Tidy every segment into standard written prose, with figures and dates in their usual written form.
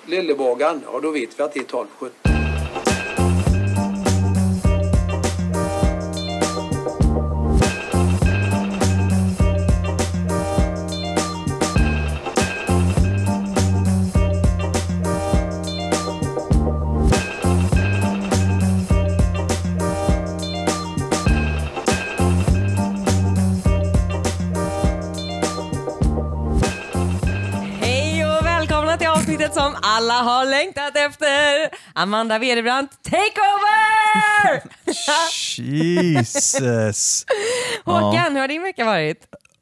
Lillebågan, ja då vet vi att det är 12-17. Som alla har längtat efter. Amanda Wederbrandt, take over! Jesus. Håkan, hur har din vecka varit?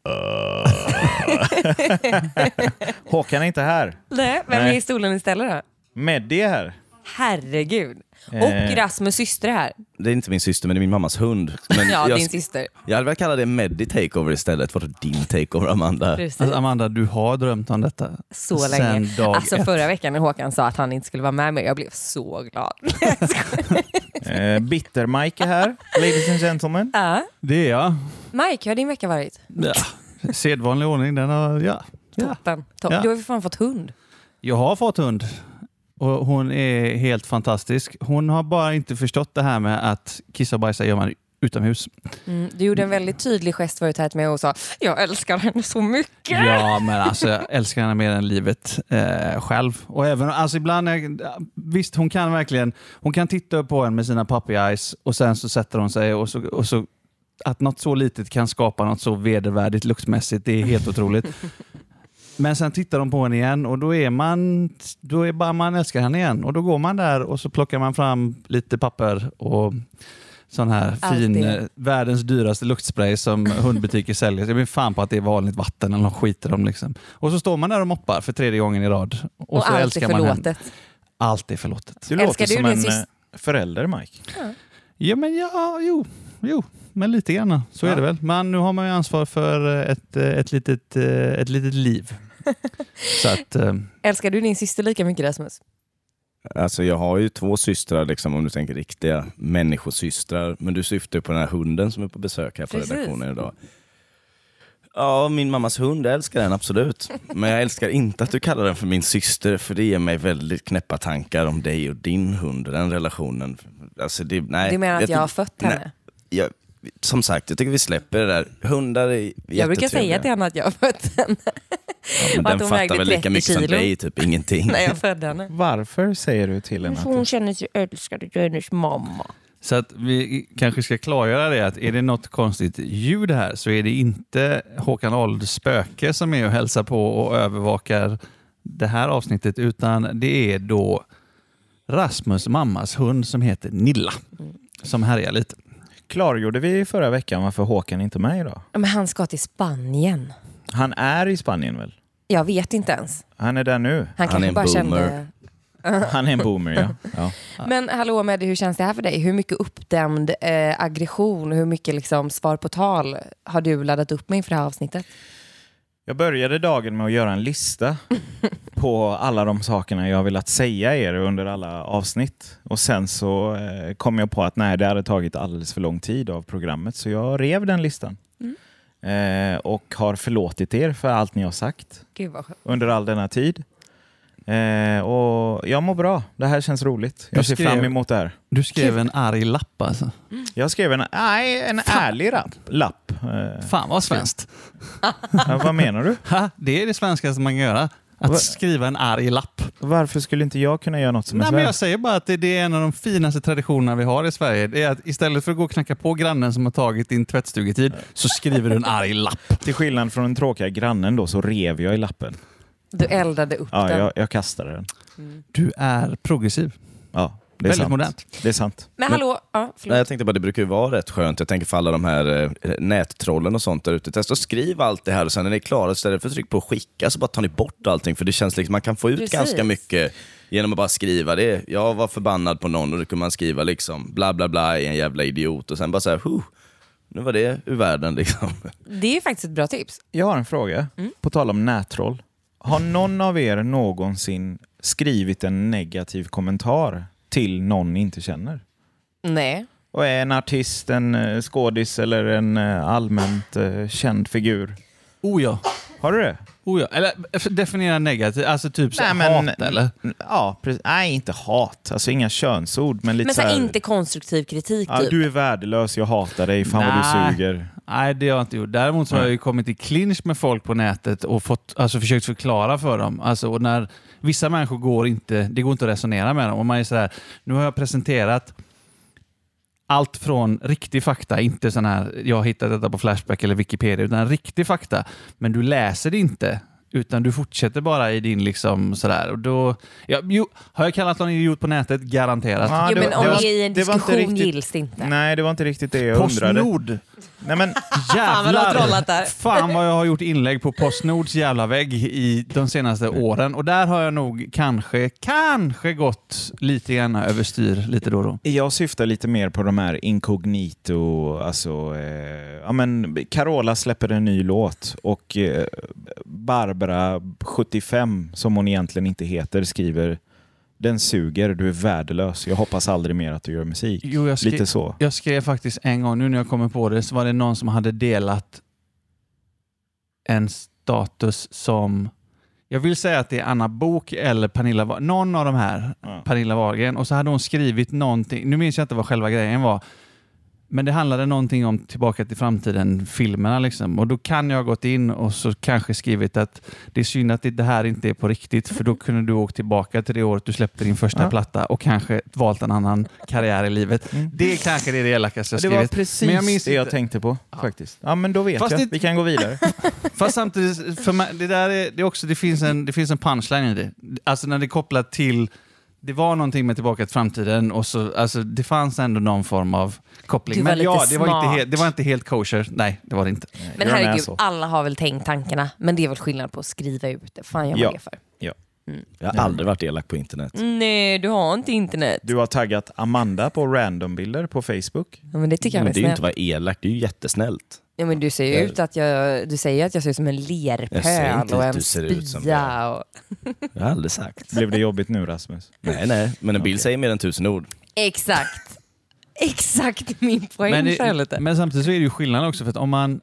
Håkan är inte här. Nej, vem är i stolen istället då? Meddi är här. Herregud. Och Rasmus syster här. Det är inte min syster, men det är min mammas hund. Men ja, din syster. Jag hade väl kalla det Meddi takeover istället. Vad är din takeover, Amanda? Alltså, Amanda, du har drömt om detta så länge. Alltså förra veckan när Håkan sa att han inte skulle vara med mig, jag blev så glad. Bitter Mike är här, ladies and gentlemen. Det är jag. Mike, hur har din vecka varit? Ja, sedvanlig ordning. Den har, Toppen. Du har ju fan fått hund. Jag har fått hund. Och hon är helt fantastisk. Hon har bara inte förstått det här med att kissa och bajsa gör man utomhus. Du gjorde en väldigt tydlig gest förut här med och sa jag älskar henne så mycket. Ja, men alltså jag älskar henne mer än livet själv. Och även, alltså ibland, visst hon kan verkligen, hon kan titta på en med sina puppy eyes och sen så sätter hon sig och så att något så litet kan skapa något så vedervärdigt luktmässigt, det är helt otroligt. Men sen tittar de på henne igen och då är bara man älskar henne igen. Och då går man där och så plockar man fram lite papper och sån här fin, världens dyraste luktspray som hundbutiker säljer. Jag blir fan på att det är vanligt vatten eller något skiter de liksom. Och så står man där och moppar för 3:e gången i rad. Och så allt älskar är förlåtet. Man henne. Allt är förlåtet. Du låter som en förälder, Mike. Ja, men jo. Men lite grann, så är det väl. Men nu har man ju ansvar för ett litet liv. Så att, älskar du din syster lika mycket, Rasmus? Alltså jag har ju 2 systrar liksom, om du tänker riktiga människosystrar. Men du syftar på den här hunden som är på besök här på redaktionen idag. Ja, min mammas hund, jag älskar den absolut. Men jag älskar inte att du kallar den för min syster, för det ger mig väldigt knäppa tankar om dig och din hund, den relationen. Alltså du menar att jag har fött henne? Nej, som sagt, jag tycker vi släpper det där. Hundar är jättetrevliga. Jag brukar säga till henne att jag har fött henne. Ja, men den fattar väl lika mycket som dig, typ ingenting. Nej, jag födde henne. Varför säger du till henne? Hon känner sig älskad av hennes mamma. Så att vi kanske ska klargöra det att är det något konstigt ljud här så är det inte Håkan Olds spöke som är och hälsar på och övervakar det här avsnittet, utan det är då Rasmus mammas hund som heter Nilla som härjar lite. Klargjorde vi förra veckan varför Håkan inte är med idag? Men han ska till Spanien. Han är i Spanien väl? Jag vet inte ens. Han är där nu. Han är en bara boomer. Han är en boomer, ja. Men hallå Meddi, hur känns det här för dig? Hur mycket uppdämd aggression, hur mycket liksom svar på tal har du laddat upp med inför det här avsnittet? Jag började dagen med att göra en lista på alla de sakerna jag velat säga er under alla avsnitt. Och sen så kom jag på att nej, det hade tagit alldeles för lång tid av programmet. Så jag rev den listan. Och har förlåtit er för allt ni har sagt. Gud vad skönt. Under all denna tid. Och jag mår bra. Det här känns roligt. Jag ser fram emot det här. Du skrev en arg lapp alltså. Jag skrev en ärlig lapp. Fan vad svenskt. Vad menar du? Det är det svenskaste man kan göra. Att skriva en arg lapp. Varför skulle inte jag kunna göra något som är men jag säger bara att det är en av de finaste traditionerna vi har i Sverige. Det är att istället för att gå och knacka på grannen som har tagit din tvättstugetid så skriver du en arg lapp. Till skillnad från den tråkiga grannen då så rev jag i lappen. Du eldade upp den. Ja, jag kastade den. Du är progressiv. Ja, det är väldigt sant. Modernt. Det är sant. Men hallå, nej, jag tänkte bara det brukar ju vara rätt skönt. Jag tänker för alla de här nättrollen och sånt där ute. Testa att skriva allt det här och sen när ni är klara istället för att trycka på skicka så bara tar ni bort allting. För det känns liksom man kan få ut ganska mycket genom att bara skriva det. Jag var förbannad på någon och då kunde man skriva liksom bla bla bla är en jävla idiot och sen bara så här, nu var det ur världen liksom. Det är ju faktiskt ett bra tips. Jag har en fråga på tal om nättroll. Har någon av er någonsin skrivit en negativ kommentar till någon ni inte känner? Nej. Och är en artist, en skådis eller en allmänt känd figur? Oh ja. Har du det? Eller definiera negativt, alltså typ hat eller? Ja, nej, inte hat. Alltså inga könsord. Men så inte konstruktiv kritik typ. Du är värdelös, jag hatar dig, fan vad du suger. Nej, det har jag inte gjort. Däremot så har jag ju kommit i clinch med folk på nätet och försökt förklara för dem. Alltså, och när vissa människor går inte att resonera med dem. Och man är så här, nu har jag presenterat allt från riktig fakta, inte sån här jag har hittat detta på Flashback eller Wikipedia, utan riktig fakta. Men du läser det inte, utan du fortsätter bara i din liksom sådär. Och då, har jag kallat någon idiot på nätet? Garanterat. Ja, men om det är i en diskussion gills det inte. Nej, det var inte riktigt det jag undrade. Postnord. Nej, men jävlar. Fan vad jag har gjort inlägg på Postnords jävla vägg i de senaste åren. Och där har jag nog kanske gått lite grann överstyr lite då. Jag syftar lite mer på de här incognito. Alltså, Carola släpper en ny låt och Barbara 75, som hon egentligen inte heter, skriver: den suger, du är värdelös. Jag hoppas aldrig mer att du gör musik. Jo, lite så. Jag skrev faktiskt en gång, nu när jag kommer på det, så var det någon som hade delat en status som, jag vill säga att det är Anna Bok eller Pernilla, någon av de här, Pernilla Wahlgren, och så hade hon skrivit någonting, nu minns jag inte vad själva grejen var, men det handlade någonting om Tillbaka till framtiden, filmerna liksom. Och då kan jag ha gått in och så kanske skrivit att det är synd att det här inte är på riktigt, för då kunde du åka tillbaka till det året du släppte din första platta och kanske valt en annan karriär i livet. Det är kanske det elakaste jag skrivit. Det var precis men jag minns det jag tänkte på faktiskt. Ja, men då vet jag. Vi kan gå vidare. Fast samtidigt, för mig, det finns en punchline i det. Alltså när det är kopplat till, det var någonting med Tillbaka till framtiden och så, alltså det fanns ändå någon form av koppling. Men det var inte helt kosher. Nej, det var det inte. Men herregud, alla har väl tänkt tankarna, men det är väl skillnad på att skriva ut det. Fan, jag var det för. Ja. Jag har aldrig varit elak på internet. Nej, du har inte internet. Du har taggat Amanda på randombilder på Facebook. Ja, men det tycker jag är det är ju inte vara elak, det är ju jättesnällt. Ja, men du säger ju ut att jag ser ut som en lerpöl och en spya. Och... Jag har aldrig sagt. Blev det jobbigt nu, Rasmus? Nej, men en bild säger mer än 1000 ord. Exakt min poäng. Men samtidigt så är det ju skillnad också, för att om man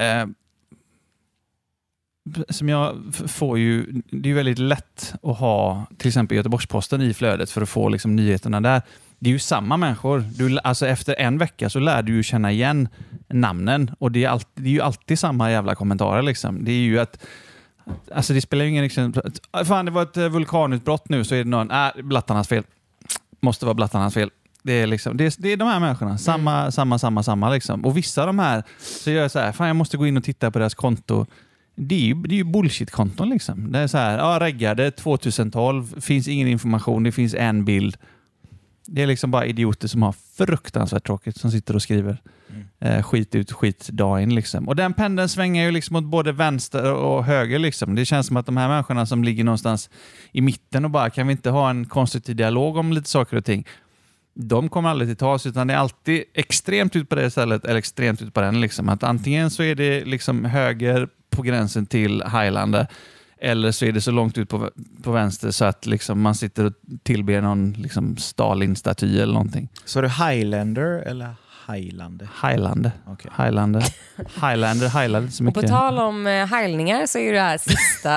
som jag får ju, det är ju väldigt lätt att ha till exempel Göteborgs-Posten i flödet för att få liksom nyheterna där. Det är ju samma människor. Alltså efter en vecka så lär du ju känna igen namnen, och det är ju alltid samma jävla kommentarer liksom. Det är ju att, alltså det spelar ju ingen liksom, fan det var ett vulkanutbrott nu, så är det någon, blattarnas fel. Måste vara blattarnas fel. Det är liksom, det är de här människorna, samma liksom. Och vissa av de här så gör jag så här, fan jag måste gå in och titta på deras konto. Det är ju bullshit-konton liksom. Det är så här, reggade 2012, finns ingen information, det finns en bild. Det är liksom bara idioter som har fruktansvärt tråkigt som sitter och skriver skit ut, skit dag in liksom. Och den pendeln svänger ju liksom åt både vänster och höger liksom. Det känns som att de här människorna som ligger någonstans i mitten och bara, kan vi inte ha en konstruktiv dialog om lite saker och ting? De kommer aldrig till tas, utan det är alltid extremt ut på det stället eller extremt ut på den liksom. Att antingen så är det liksom höger på gränsen till Highlander, eller så är det så långt ut på vänster så att liksom man sitter och tillber någon liksom Stalin-staty eller någonting. Så är det Highlander eller Highlander? Highlander. Okay. Highlander så mycket. Och på tal om heilningar så är det här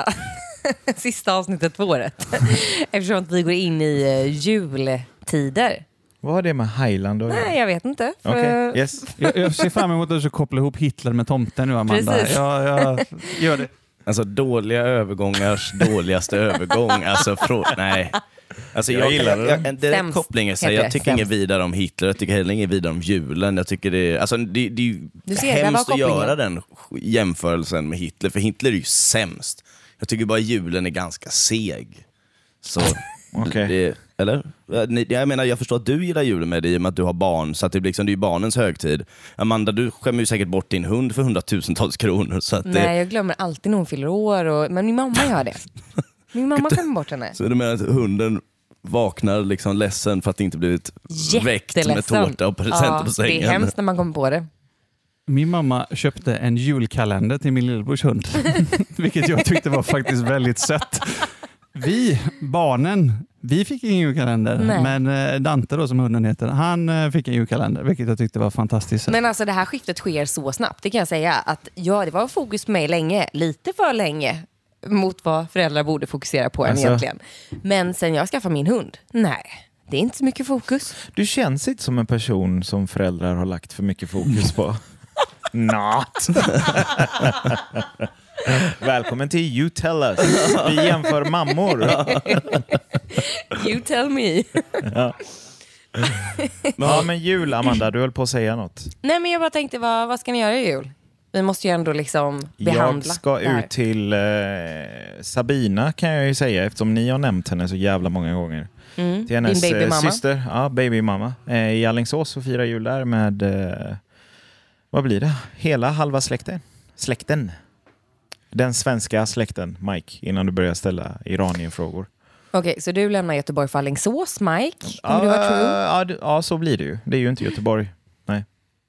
sista avsnittet på året. Eftersom att vi går in i jultider. Vad har det med Highlander? Nej, jag vet inte. Okay. Yes. jag ser fram emot att du kopplar ihop Hitler med tomten nu, Amanda. Precis. Jag gör det. Alltså dåliga övergångars dåligaste övergång. Alltså nej. Alltså jag gillar det. En direkt koppling är jag tycker inget vidare om Hitler, jag tycker heller inget vidare om julen. Jag tycker det är ju hemskt att göra den jämförelsen med Hitler, för Hitler är ju sämst. Jag tycker bara julen är ganska seg. Så okay. Eller? Jag menar, jag förstår att du gillar julen med det i och med att du har barn, så att det är ju barnens högtid. Amanda, du skämmer ju säkert bort din hund för 100,000-tals kronor. Så att nej, jag glömmer alltid när hon fyller år. Men min mamma gör det. Min mamma skämmer bort henne. Så du menar att hunden vaknar liksom ledsen för att det inte blivit väckt med tårta och presenter på sängen? Det är hemskt när man kommer på det. Min mamma köpte en julkalender till min lillebrors hund. Vilket jag tyckte var faktiskt väldigt sött. Vi fick ingen julkalender. Nej. Men Dante då, som hunden heter, han fick en julkalender, vilket jag tyckte var fantastiskt. Men alltså det här skiftet sker så snabbt, det kan jag säga. Att det var fokus på mig länge, lite för länge. mot vad föräldrar borde fokusera på än egentligen. Men sen jag skaffade min hund, nej, det är inte så mycket fokus. Du känns inte som en person som föräldrar har lagt för mycket fokus på. Not. Välkommen till You Tell Us. Vi jämför mammor. You tell me. Ja, men jul, Amanda, du höll på att säga något. Nej, men jag bara tänkte, vad ska ni göra i jul? Vi måste ju ändå liksom behandla. Jag ska ut till Sabina, kan jag ju säga, eftersom ni har nämnt henne så jävla många gånger. Till hennes din babymamma. syster, babymamma, i Alingsås och fira jul där med, vad blir det? Hela halva släkten. Den svenska släkten, Mike, innan du börjar ställa Iranien-frågor. Okej, så du lämnar Göteborg för Alingsås, Mike? Om du har true? Ja, så blir det ju. Det är ju inte Göteborg. Nej.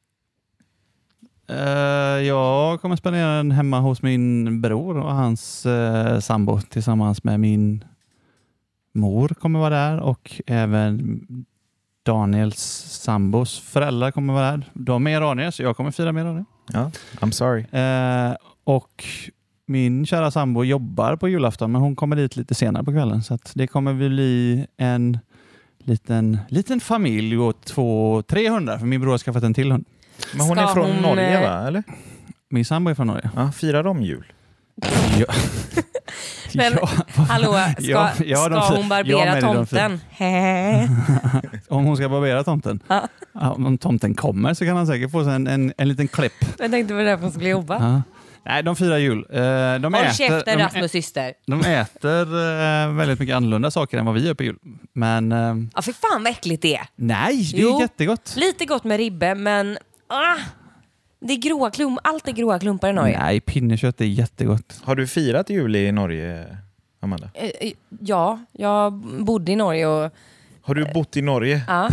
Jag kommer spendera den hemma hos min bror och hans sambo tillsammans med min mor kommer vara där och även Daniels sambos föräldrar kommer vara där. De är iranier så jag kommer fira med iranier. Ja, I'm sorry. Och min kära sambo jobbar på julafton men hon kommer dit lite senare på kvällen så att det kommer bli en liten familj och 200-300 för min bror har skaffat en till hund. Men hon är från Norge, va? Eller? Min sambo är från Norge. Ja, firar de jul? Ja. Men, hallå, ska hon barbera tomten? Om hon ska barbera tomten? Ja, om tomten kommer så kan han säkert få en liten klipp. Jag tänkte på det därför hon skulle jobba. Ja. Nej, de firar jul. Håll käften, Rasmus syster. De äter väldigt mycket annorlunda saker än vad vi gör på jul. Men, ja, för fan vad äckligt det är. Nej, det är jättegott. Lite gott med ribbe, men det är gråa allt är gråa klumpar i Norge. Nej, pinnekött är jättegott. Har du firat jul i Norge, Amanda? Ja, jag bodde i Norge och... Har du bott i Norge? Ja.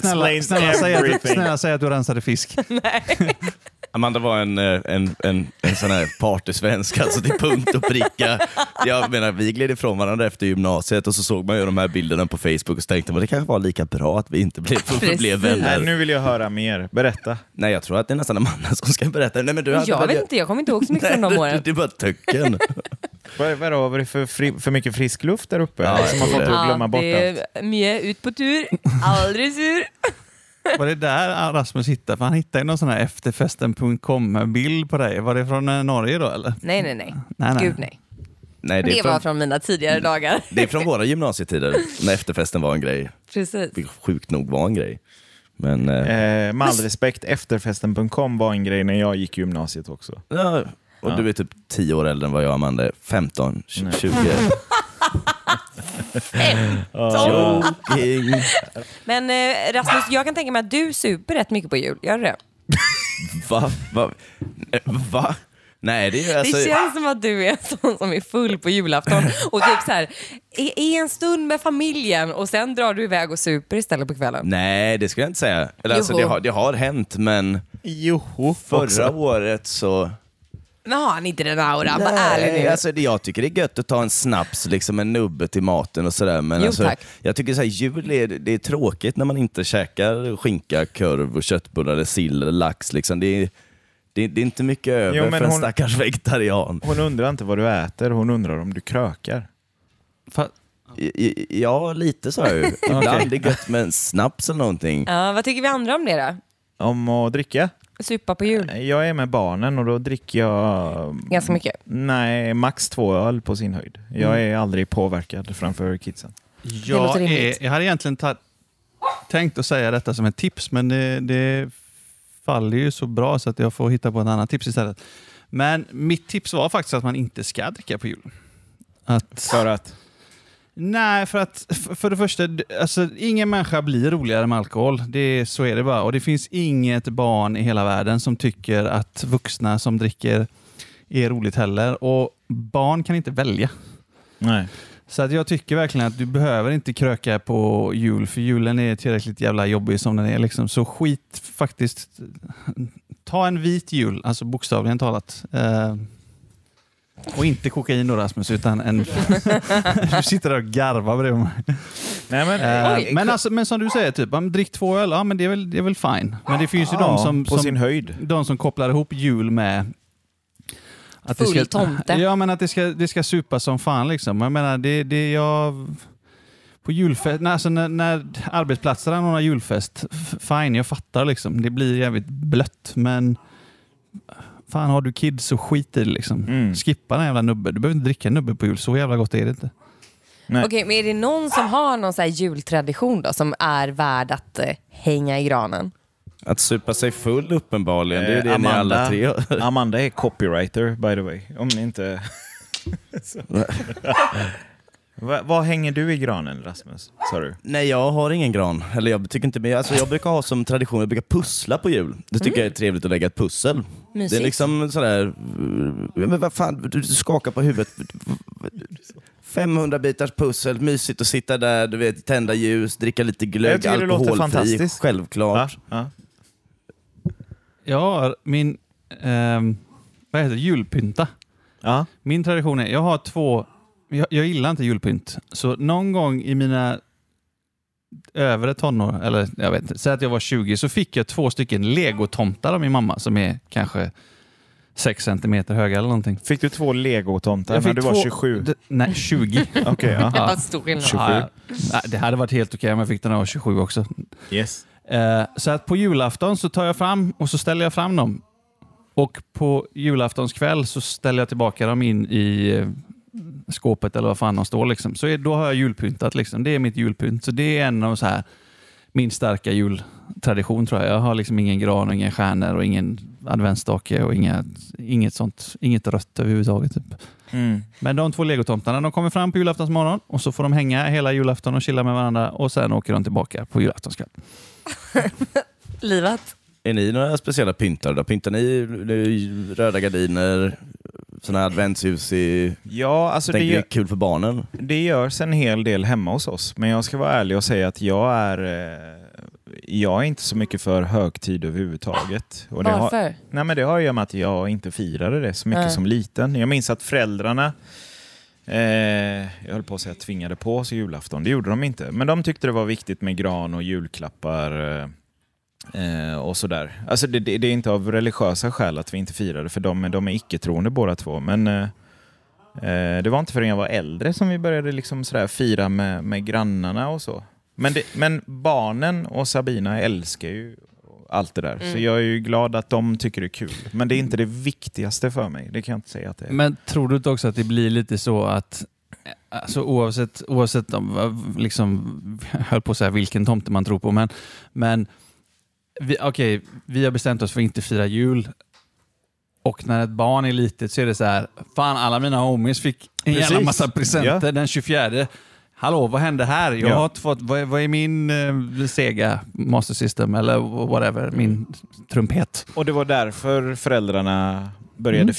Snälla säg att du rensade fisk. Nej. Amanda var en sån här partysvensk, alltså till punkt och pricka. Jag menar, vi gled ifrån varandra efter gymnasiet och så såg man ju de här bilderna på Facebook och så tänkte man det kanske var lika bra att vi inte blev vänner. Nej, nu vill jag höra mer. Berätta. Nej, jag tror att det är nästan Amanda som ska berätta. Nej, men du jag vet inte, jag kommer inte ihåg så mycket från de åren. Det är bara töcken. Vad var det för mycket frisk luft där uppe? Ja, som har fått att glömma bort det allt. är mycket ut på tur, aldrig sur. Var det där Rasmus hittade? För han hittade någon sån här efterfesten.com-bild på dig. Var det från Norge då eller? Nej. Gud nej. Nej, det var från mina tidigare dagar. Det är från våra gymnasietider när efterfesten var en grej. Precis. Sjukt nog var en grej. Men, med all respekt, efterfesten.com var en grej när jag gick i gymnasiet också. Ja, och du är typ 10 år äldre än vad jag, Amanda. 15, 20. 15. Men Rasmus, jag kan tänka mig att du super rätt mycket på jul. Gör du det? Va? Nej, det är alltså... Det känns som att du är en sån som är full på julafton och typ så här är en stund med familjen och sen drar du iväg och super istället på kvällen. Nej, det ska jag inte säga. Eller, alltså, det har hänt, men förra året så... Men har han inte den aura? Vad ärlig nu. Alltså, jag tycker det är gött att ta en snaps, liksom en nubbe till maten och sådär. Men alltså, jag tycker så här, jul det är tråkigt när man inte käkar skinka, korv och köttbullar eller sill eller lax. Liksom. Det är inte mycket över för en stackars vegetarian. Hon undrar inte vad du äter, hon undrar om du krökar. Ja, lite så här. Ibland är det gött med en snaps eller någonting. Ja, vad tycker vi andra om det då? Om att dricka? Supa på jul. Jag är med barnen och då dricker jag... Ganska mycket? Nej, max 2 öl på sin höjd. Jag är aldrig påverkad framför kidsen. Jag hade egentligen tänkt att säga detta som ett tips, men det faller ju så bra så att jag får hitta på ett annat tips istället. Men mitt tips var faktiskt att man inte ska dricka på jul. För att? Nej, för att för det första, alltså, ingen människa blir roligare med alkohol. Så är det bara. Och det finns inget barn i hela världen som tycker att vuxna som dricker är roligt heller. Och barn kan inte välja. Nej. Så att jag tycker verkligen att du behöver inte kröka på jul, för julen är tillräckligt jävla jobbig som den är. Liksom. Så skit faktiskt. Ta en vit jul, alltså bokstavligen talat. Och inte kokain då, Rasmus, utan en... Du sitter där och garvar bredvid mig. Nej, men som du säger, typ, drick 2 öl, ja, men det är väl fine. Men det finns ju de som på sin höjd. De som kopplar ihop jul med att full tomte. Ja, men att det ska supa som fan liksom. Jag menar, jag på julfest, när arbetsplatserna har julfest, fine, jag fattar liksom. Det blir jävligt blött, men fan, har du kids så skit i det liksom. Skippa den jävla nubbe. Du behöver inte dricka nubbe på jul, så jävla gott är det inte. Okej, men är det någon som har någon så här jultradition då som är värd att hänga i granen? Att supa sig full uppenbarligen, det är det Amanda, ni alla tre. Amanda är copywriter, by the way. Om ni inte... Vad hänger du i granen, Rasmus? Sorry. Nej, jag har ingen gran. Eller jag tycker inte, men alltså, jag brukar ha som tradition, jag brukar pussla på jul. Det tycker jag är trevligt att lägga ett pussel. Mysigt. Det är liksom sådär, men vad fan, du skakar på huvudet. 500 bitars pussel, mysigt att sitta där, du vet, tända ljus, dricka lite glögg, alkoholfri, självklart. Ja, min vad heter det? Julpynta. Ja. Min tradition är, jag har 2. Jag gillar inte julpynt. Så någon gång i mina övre tonår, eller jag vet inte, säg att jag var 20, så fick jag 2 stycken legotomtar av min mamma som är kanske 6 centimeter höga eller någonting. Fick du 2 legotomtar när du var 27? Nej, 20. Okej, ja. Ja, stor skillnad. 27. Ja, det hade varit helt okej om jag fick den här 27 också. Yes. Så att på julafton så tar jag fram och så ställer jag fram dem. Och på julaftonskväll så ställer jag tillbaka dem in i skåpet eller vad fan de står liksom. Så då har jag julpyntat liksom. Det är mitt julpynt. Så det är en av så här min starka jultradition, tror jag. Jag har liksom ingen gran och inga stjärnor och ingen adventsstake och inget rött överhuvudtaget typ. Men de 2 legotomtarna, de kommer fram på julaftonsmorgon och så får de hänga hela julafton och chilla med varandra och sen åker de tillbaka på julaftonskväll. Livat. Är ni några speciella pyntar då? Pyntar ni röda gardiner, såna här adventsljus i... Ja, alltså det är kul för barnen. Det görs en hel del hemma hos oss. Men jag ska vara ärlig och säga att jag är inte så mycket för högtid överhuvudtaget. Och varför? Det har ju med att jag inte firade det så mycket som liten. Jag minns att föräldrarna, jag höll på att säga tvingade på oss julafton. Det gjorde de inte. Men de tyckte det var viktigt med gran och julklappar och sådär. Alltså det är inte av religiösa skäl att vi inte firade, för de är icke-troende båda två. Men det var inte förrän jag var äldre som vi började liksom sådär fira med grannarna och så. Men barnen och Sabina älskar ju allt det där. Så jag är ju glad att de tycker det är kul. Men det är inte det viktigaste för mig. Det kan jag inte säga att det är. Men tror du inte också att det blir lite så att alltså oavsett om, liksom, jag höll på att säga vilken tomte man tror på, men vi har bestämt oss för att inte fira jul. Och när ett barn är litet så är det så här, fan, alla mina homies fick en jävla massa presenter den 24. Hallå, vad hände här? Jag har fått, vad är min Sega Master System eller whatever, min trumpet. Och det var därför föräldrarna började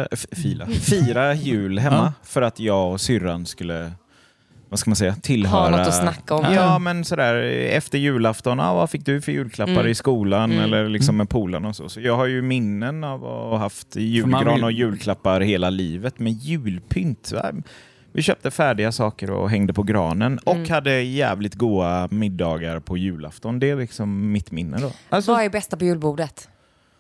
fira jul hemma, för att jag och syrran skulle, vad ska man säga, tillhöra... Ha något att snacka om. Ja, men sådär, efter julafton, vad fick du för julklappar i skolan eller liksom med polarna och så. Så jag har ju minnen av att ha haft julgran och julklappar hela livet, med julpynt. Vi köpte färdiga saker och hängde på granen och hade jävligt goda middagar på julafton. Det är liksom mitt minne då. Alltså, vad är bästa på julbordet?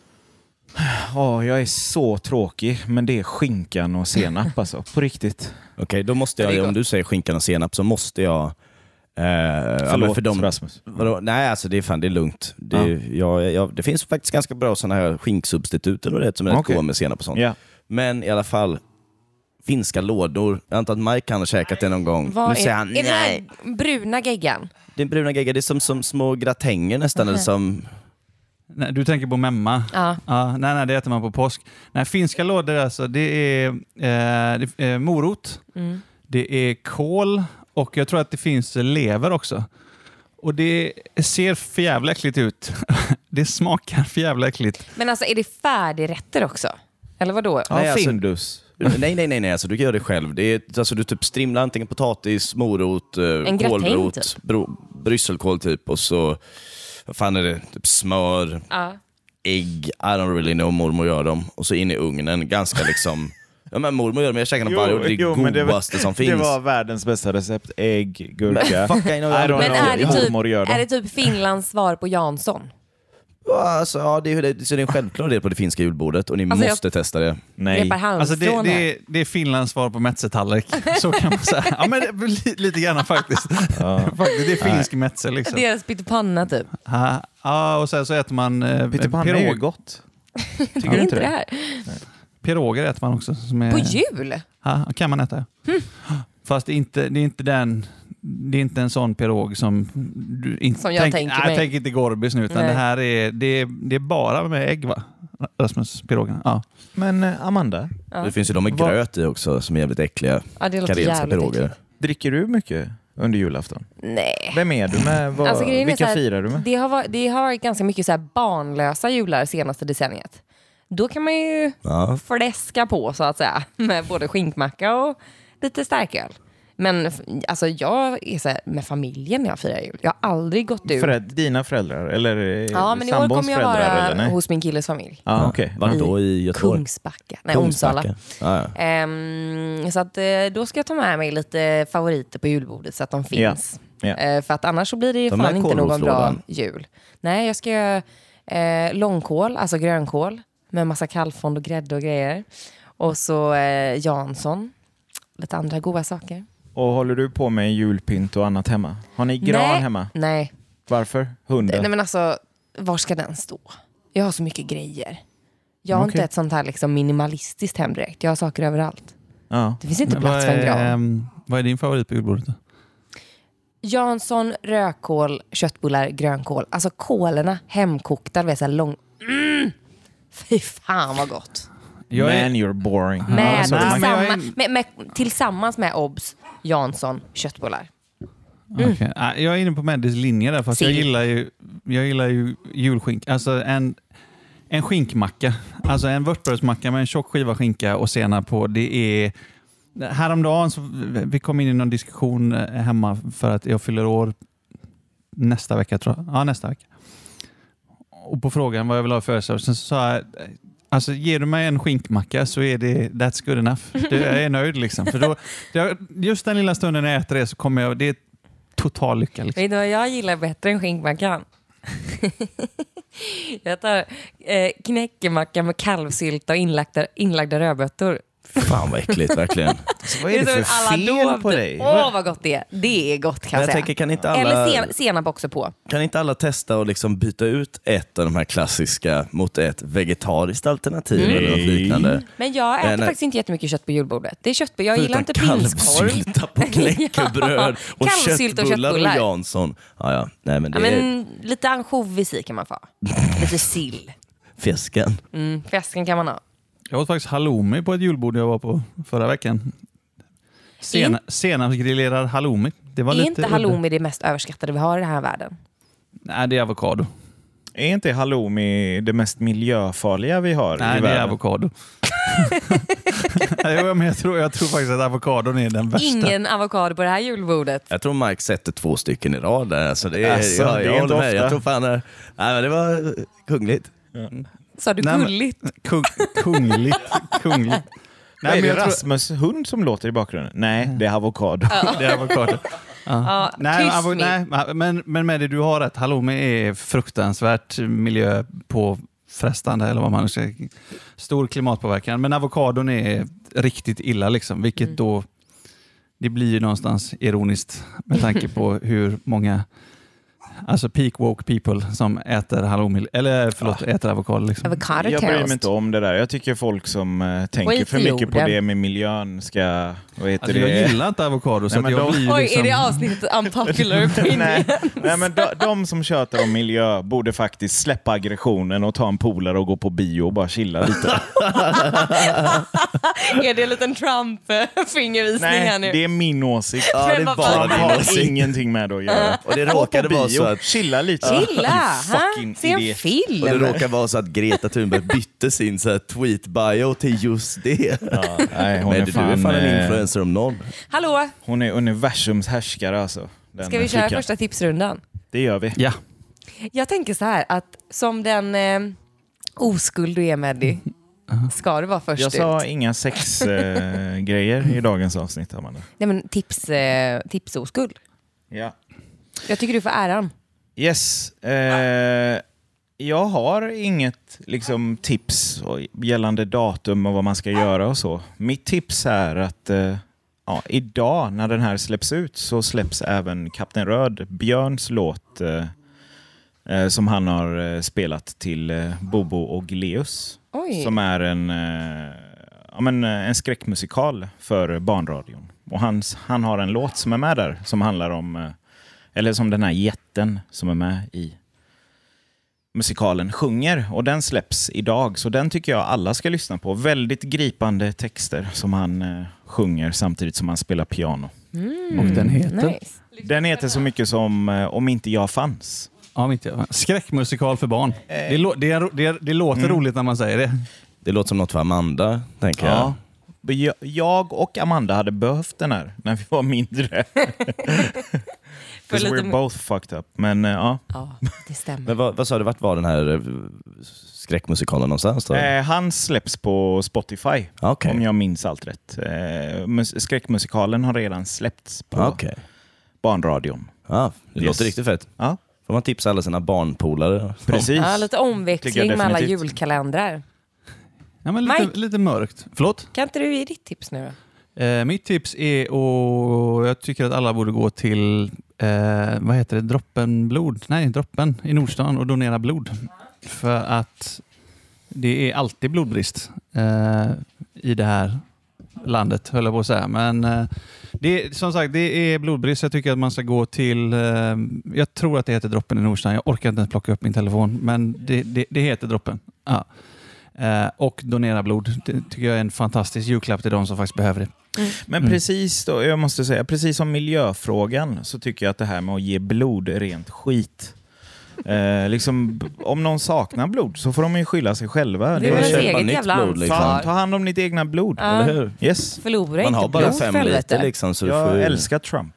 Jag är så tråkig, men det är skinkan och senap alltså, på riktigt. Okej, då måste jag, om du säger skinkan och senap så måste jag... Förlåt, för dem, Rasmus. Nej, alltså det är lugnt. Det finns faktiskt ganska bra såna här skinksubstituter och det som är rätt goda med senap och sånt. Yeah. Men i alla fall, finska lådor. Jag antar att Mike kan ha käkat det någon gång. Nu säger han nej. Det bruna geggan? Det är bruna gegga, det är som små gratänger nästan. Eller som... Nej, du tänker på memma. Ja. Nej, det äter man på påsk. Nej, finska lådor alltså, det är morot. Det är kål och jag tror att det finns lever också. Och det ser för jävla äckligt ut. Det smakar för jävla äckligt. Men alltså, är det färdigrätter också? Eller vadå? Nej, Findus. Nej, alltså du gör det själv. Det är, alltså, du typ strimlar antingen potatis, morot, kålrot, typ. Brysselkål typ, och så vad fan är det? Typ smör, ägg, I don't really know, mormor gör dem. Och så in i ugnen, ganska liksom... Ja, men mormor gör dem, jag käkar dem varje år. Det är det godaste som finns. Det var världens bästa recept. Ägg, gurka. Men är det typ Finlands svar på Jansson? Alltså, ja, det är en självklar del på det finska julbordet och ni måste testa det. Nej. Alltså det är Finlands svar på metzetallrik. Så kan man säga. Ja, men lite grann faktiskt. Faktiskt, det är finsk metze liksom. Deras pyttipanna typ. Ja, och sen så äter man pyttipanna är ju gott. Tycker du inte det? Här. Piroger äter man också. Som är, på jul? Ja, kan man äta. Fast det är inte en sån pirog som du inte som jag tänker mig. Jag tänker inte Gorbis nu, utan det här är bara med ägg, va? Rasmus, pirogen. Ja. Men Amanda? Ja. Det finns ju de med gröt i också som är jävligt äckliga. Ja, det låter jävligt äckligt. Dricker du mycket under julafton? Nej. Vem är du med? Vilka firar du med? Det har varit ganska mycket så här barnlösa jular senaste decenniet. Då kan man ju fläska på så att säga med både skinkmacka och lite starköl. Men alltså jag är så här, med familjen när jag firar jul. Jag har aldrig gått ut. Dina föräldrar? Eller ja, men i år kommer jag vara hos min killes familj. Okay. Var då i Göteborg? Kungsbacka. Nej, Onsala. Så att då ska jag ta med mig lite favoriter på julbordet så att de finns. För att annars så blir det ju fan inte någon bra jul. Nej, jag ska göra långkål, alltså grönkål med massa kallfond och grädde och grejer. Och så Jansson. Lite andra goda saker. Och håller du på med julpynt och annat hemma? Har ni gran hemma? Nej. Varför? Hunden? Nej, men alltså, var ska den stå? Jag har så mycket grejer. Jag har inte ett sånt här liksom minimalistiskt hem direkt. Jag har saker överallt. Ja. Det finns inte plats för en gran. Vad är din favorit på julbordet då? Jansson, rödkål, köttbullar, grönkål. Alltså kålerna, hemkokta, det är så här lång... Fy fan vad gott. You're boring. Tillsammans med Obs, Jansson, köttbullar. Okay. Jag är inne på Maddys linje där, fast jag gillar ju julskink. Alltså en skinkmacka. Alltså en vörtbrödsmacka med en tjock skiva skinka och senap på. Det är... Häromdagen så vi kom in i någon diskussion hemma för att jag fyller år nästa vecka, tror jag. Ja, nästa vecka. Och på frågan vad jag vill ha för sig, så sa jag, alltså ger du mig en skinkmacka så är det that's good enough. Jag är nöjd liksom. För då, just den lilla stunden jag äter det så kommer jag, det är total lycka liksom. Vet du vad jag gillar bättre än skinkmackan? Jag tar knäckemacka med kalvsylta och inlagda rödbetor. Fan vad äckligt, verkligen. Så vad är det för fel på dig? Åh, vad gott det är. Det är gott, kan jag säga. Tänker, kan inte alla, eller senap också på. Kan inte alla testa och liksom byta ut ett av de här klassiska mot ett vegetariskt alternativ eller något liknande? Men jag äter faktiskt inte jättemycket kött på julbordet. Det är köttbullar. Jag gillar inte prinskorv. Kalvsylta på knäckebröd och köttbullar och Jansson. Ja. Nej, men det är... lite ansjovis i kan man få. Lite sill. Fisken. Fisken kan man ha. Jag åt faktiskt halloumi på ett julbord jag var på förra veckan. Senapsgrillerad halloumi. Det var lite inte halloumi det mest överskattade vi har i den här världen? Nej, det är avokado. Är inte halloumi det mest miljöfarliga vi har i världen? Nej, det är avokado. Men jag tror faktiskt att avokadon är den värsta. Ingen avokado på det här julbordet. Jag tror Mike sätter 2 stycken i rad där. Så det är, det är inte ofta. Jag tror fan nej, men det var kungligt. Sa du gulligt? Kungligt. Nej, men är det Rasmus hund som låter i bakgrunden? Nej, det är avokado. Det är avokado. Men med det du har rätt. Halloumi är fruktansvärt miljöpåfrestande eller vad man ska säga. Stor klimatpåverkan. Men avokadon är riktigt illa liksom. Vilket då det blir ju någonstans ironiskt med tanke på hur många alltså peak woke people som äter halloumi eller äter avokado liksom. Jag bryr mig inte om det där. Jag tycker folk som tänker för mycket på det med miljön ska jag gillar inte avokado så att jag blir Oj, liksom... är det avsnittet unpopular opinion? nej, men de som tjötar om miljö borde faktiskt släppa aggressionen och ta en polare och gå på bio och bara chilla lite. Är det en liten Trump-fingervisning här nu? Nej, det är min åsikt. Ja, det har ingenting med det att göra. Och det råkade vara så att chilla lite. Se en film. Och det råkar vara så att Greta Thunberg bytte sin så här tweet-bio till just det. Ja, nej, men du är fan en influencer om någon. Hallå? Hon är universums härskare alltså. Ska vi köra första tipsrundan? Det gör vi. Ja. Jag tänker så här att som den oskuld du är med dig ska det vara först ut. Jag sa inga sexgrejer i dagens avsnitt, Amanda. Nej, men tipsoskuld. Ja. Jag tycker du får äran. Yes. Jag har inget liksom, tips gällande datum och vad man ska göra och så. Mitt tips är att idag när den här släpps ut så släpps även Kapten Röd, Björns låt som han har spelat till Bobo och Gleus. Oj. Som är en skräckmusikal för barnradion. Och han har en låt som är med där som handlar om, eller som den här jätten som är med i musikalen sjunger, och den släpps idag, så den tycker jag alla ska lyssna på. Väldigt gripande texter som han sjunger samtidigt som han spelar piano. Och den heter? Nice. Den heter så mycket som Om inte jag fanns. Ja, inte jag. Skräckmusikal för barn. Det låter roligt när man säger det. Det låter som något för Amanda, tänker jag. Jag och Amanda hade behövt den här när vi var mindre. Because we're both fucked up. Men Ja, det stämmer. Men vad sa du, vart var den här skräckmusikalen någonstans då? Han släpps på Spotify, om jag minns allt rätt. Skräckmusikalen har redan släppts på barnradion. Det låter riktigt fett. Ja. Får man tipsa alla sina barnpolare? Precis. Ja, lite omväxling med alla julkalendrar. Ja, men lite mörkt. Förlåt? Kan inte du ge ditt tips nu då? Mitt tips är, och jag tycker att alla borde gå till vad heter det? Droppen i Nordstan och donera blod. För att det är alltid blodbrist i det här landet, höll jag på att säga. Men som sagt, det är blodbrist. Jag tycker att man ska gå till, jag tror att det heter Droppen i Nordstan. Jag orkar inte ens plocka upp min telefon, men det heter Droppen. Ja. Och donera blod. Det tycker jag är en fantastisk julklapp till de som faktiskt behöver det. Men precis då, jag måste säga, precis som miljöfrågan så tycker jag att det här med att ge blod är rent skit. Liksom, om någon saknar blod så får de ju skylla sig själva. Det är väl eget jävla blod, liksom. Ta hand om ditt egna blod. Eller hur? Yes. Förlora man inte har bara blod, 5 liter liksom. Så jag älskar Trump.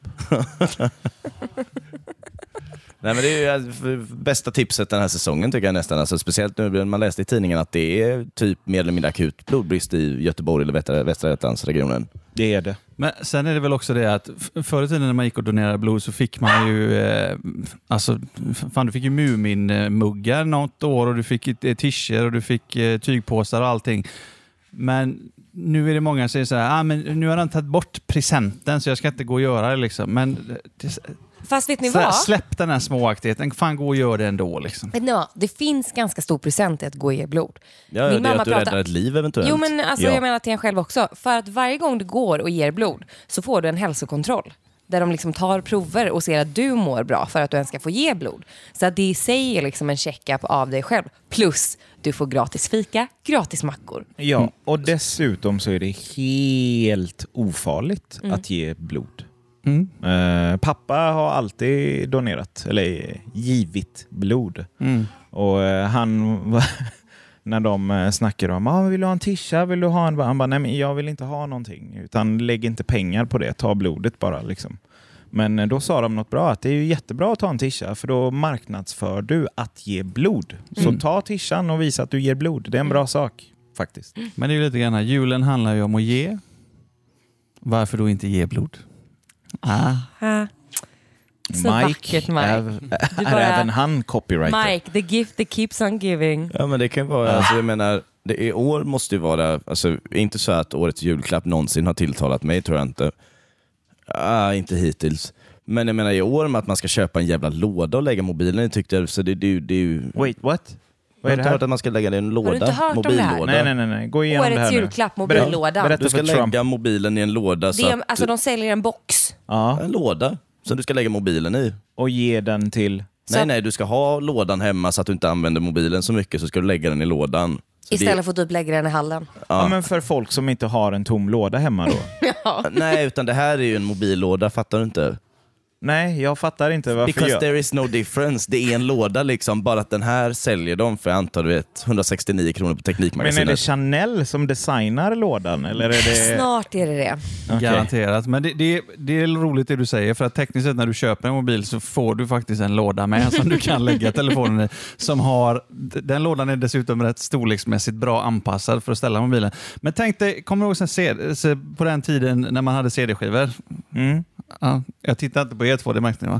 Nej, men det är ju bästa tipset den här säsongen tycker jag nästan. Alltså, speciellt nu när man läste i tidningen att det är typ mer eller mindre akut blodbrist i Göteborg eller Västra Götalandsregionen. Det är det. Men sen är det väl också det att förr i tiden när man gick och donerade blod så fick man ju du fick ju Mumin-muggar något år och du fick tischer och du fick tygpåsar och allting. Men nu är det många som säger så här, men nu har han tagit bort presenten så jag ska inte gå och göra det liksom. Men fast vet ni vad? Släpp den här småaktigheten. Fan, gå och gör det ändå. Liksom. Det finns ganska stor present i att gå och ge blod. Ja, Min det är mamma att du räddar ett liv eventuellt. Jo, men alltså, jag menar till en själv också. För att varje gång du går och ger blod så får du en hälsokontroll. Där de liksom tar prover och ser att du mår bra för att du ens ska få ge blod. Så att det i sig är liksom en check-up av dig själv. Plus du får gratis fika, gratis mackor. Ja, och dessutom så är det helt ofarligt att ge blod. Pappa har alltid donerat eller givit blod. Och han när de snackar om vill du ha en tisha, vill du ha en, han bara, nej men jag vill inte ha någonting utan lägg inte pengar på det, ta blodet bara liksom. Men då sa de något bra, att det är ju jättebra att ta en tisha för då marknadsför du att ge blod. Så ta tishan och visa att du ger blod, det är en bra sak faktiskt. Men det är ju lite grann, julen handlar ju om att ge. Varför då inte ge blod? Så vackert, Mike. Är även han copywriter? Mike, the gift that keeps on giving. Ja, men det kan vara, alltså, jag menar, i år måste ju vara, alltså, inte så att årets julklapp någonsin har tilltalat mig, tror jag inte. Inte hittills. Men jag menar i år med att man ska köpa en jävla låda och lägga mobilen i, tyckte jag, så det är ju... Wait, what? Vad är det här? Hört att man ska lägga det i en låda. Har du inte hört mobillåda. om det här? Nej. Gå igenom årets det här nu. julklapp, mobillådan. Du ska lägga mobilen i en låda. Så att, alltså de säljer en box. En låda som du ska lägga mobilen i. Och ge den till... Nej, du ska ha lådan hemma så att du inte använder mobilen så mycket, så ska du lägga den i lådan. Så istället för att typ lägga den i hallen. Ja, men för folk som inte har en tom låda hemma då. Nej, utan det här är ju en mobillåda, fattar du inte? Nej, jag fattar inte varför. Because there is no difference. Det är en låda liksom, bara att den här säljer de för antar 169 kronor på Teknikmagasinet. Men är det Chanel som designar lådan? Eller är det... Snart är det. Okay. Garanterat. Men det är roligt det du säger, för att tekniskt sett när du köper en mobil så får du faktiskt en låda med som du kan lägga telefonen i. Den lådan är dessutom rätt storleksmässigt bra anpassad för att ställa mobilen. Men tänk dig, kommer du ihåg på den tiden när man hade CD-skivor? Ja, jag tittar inte på er två, det märkte ni va?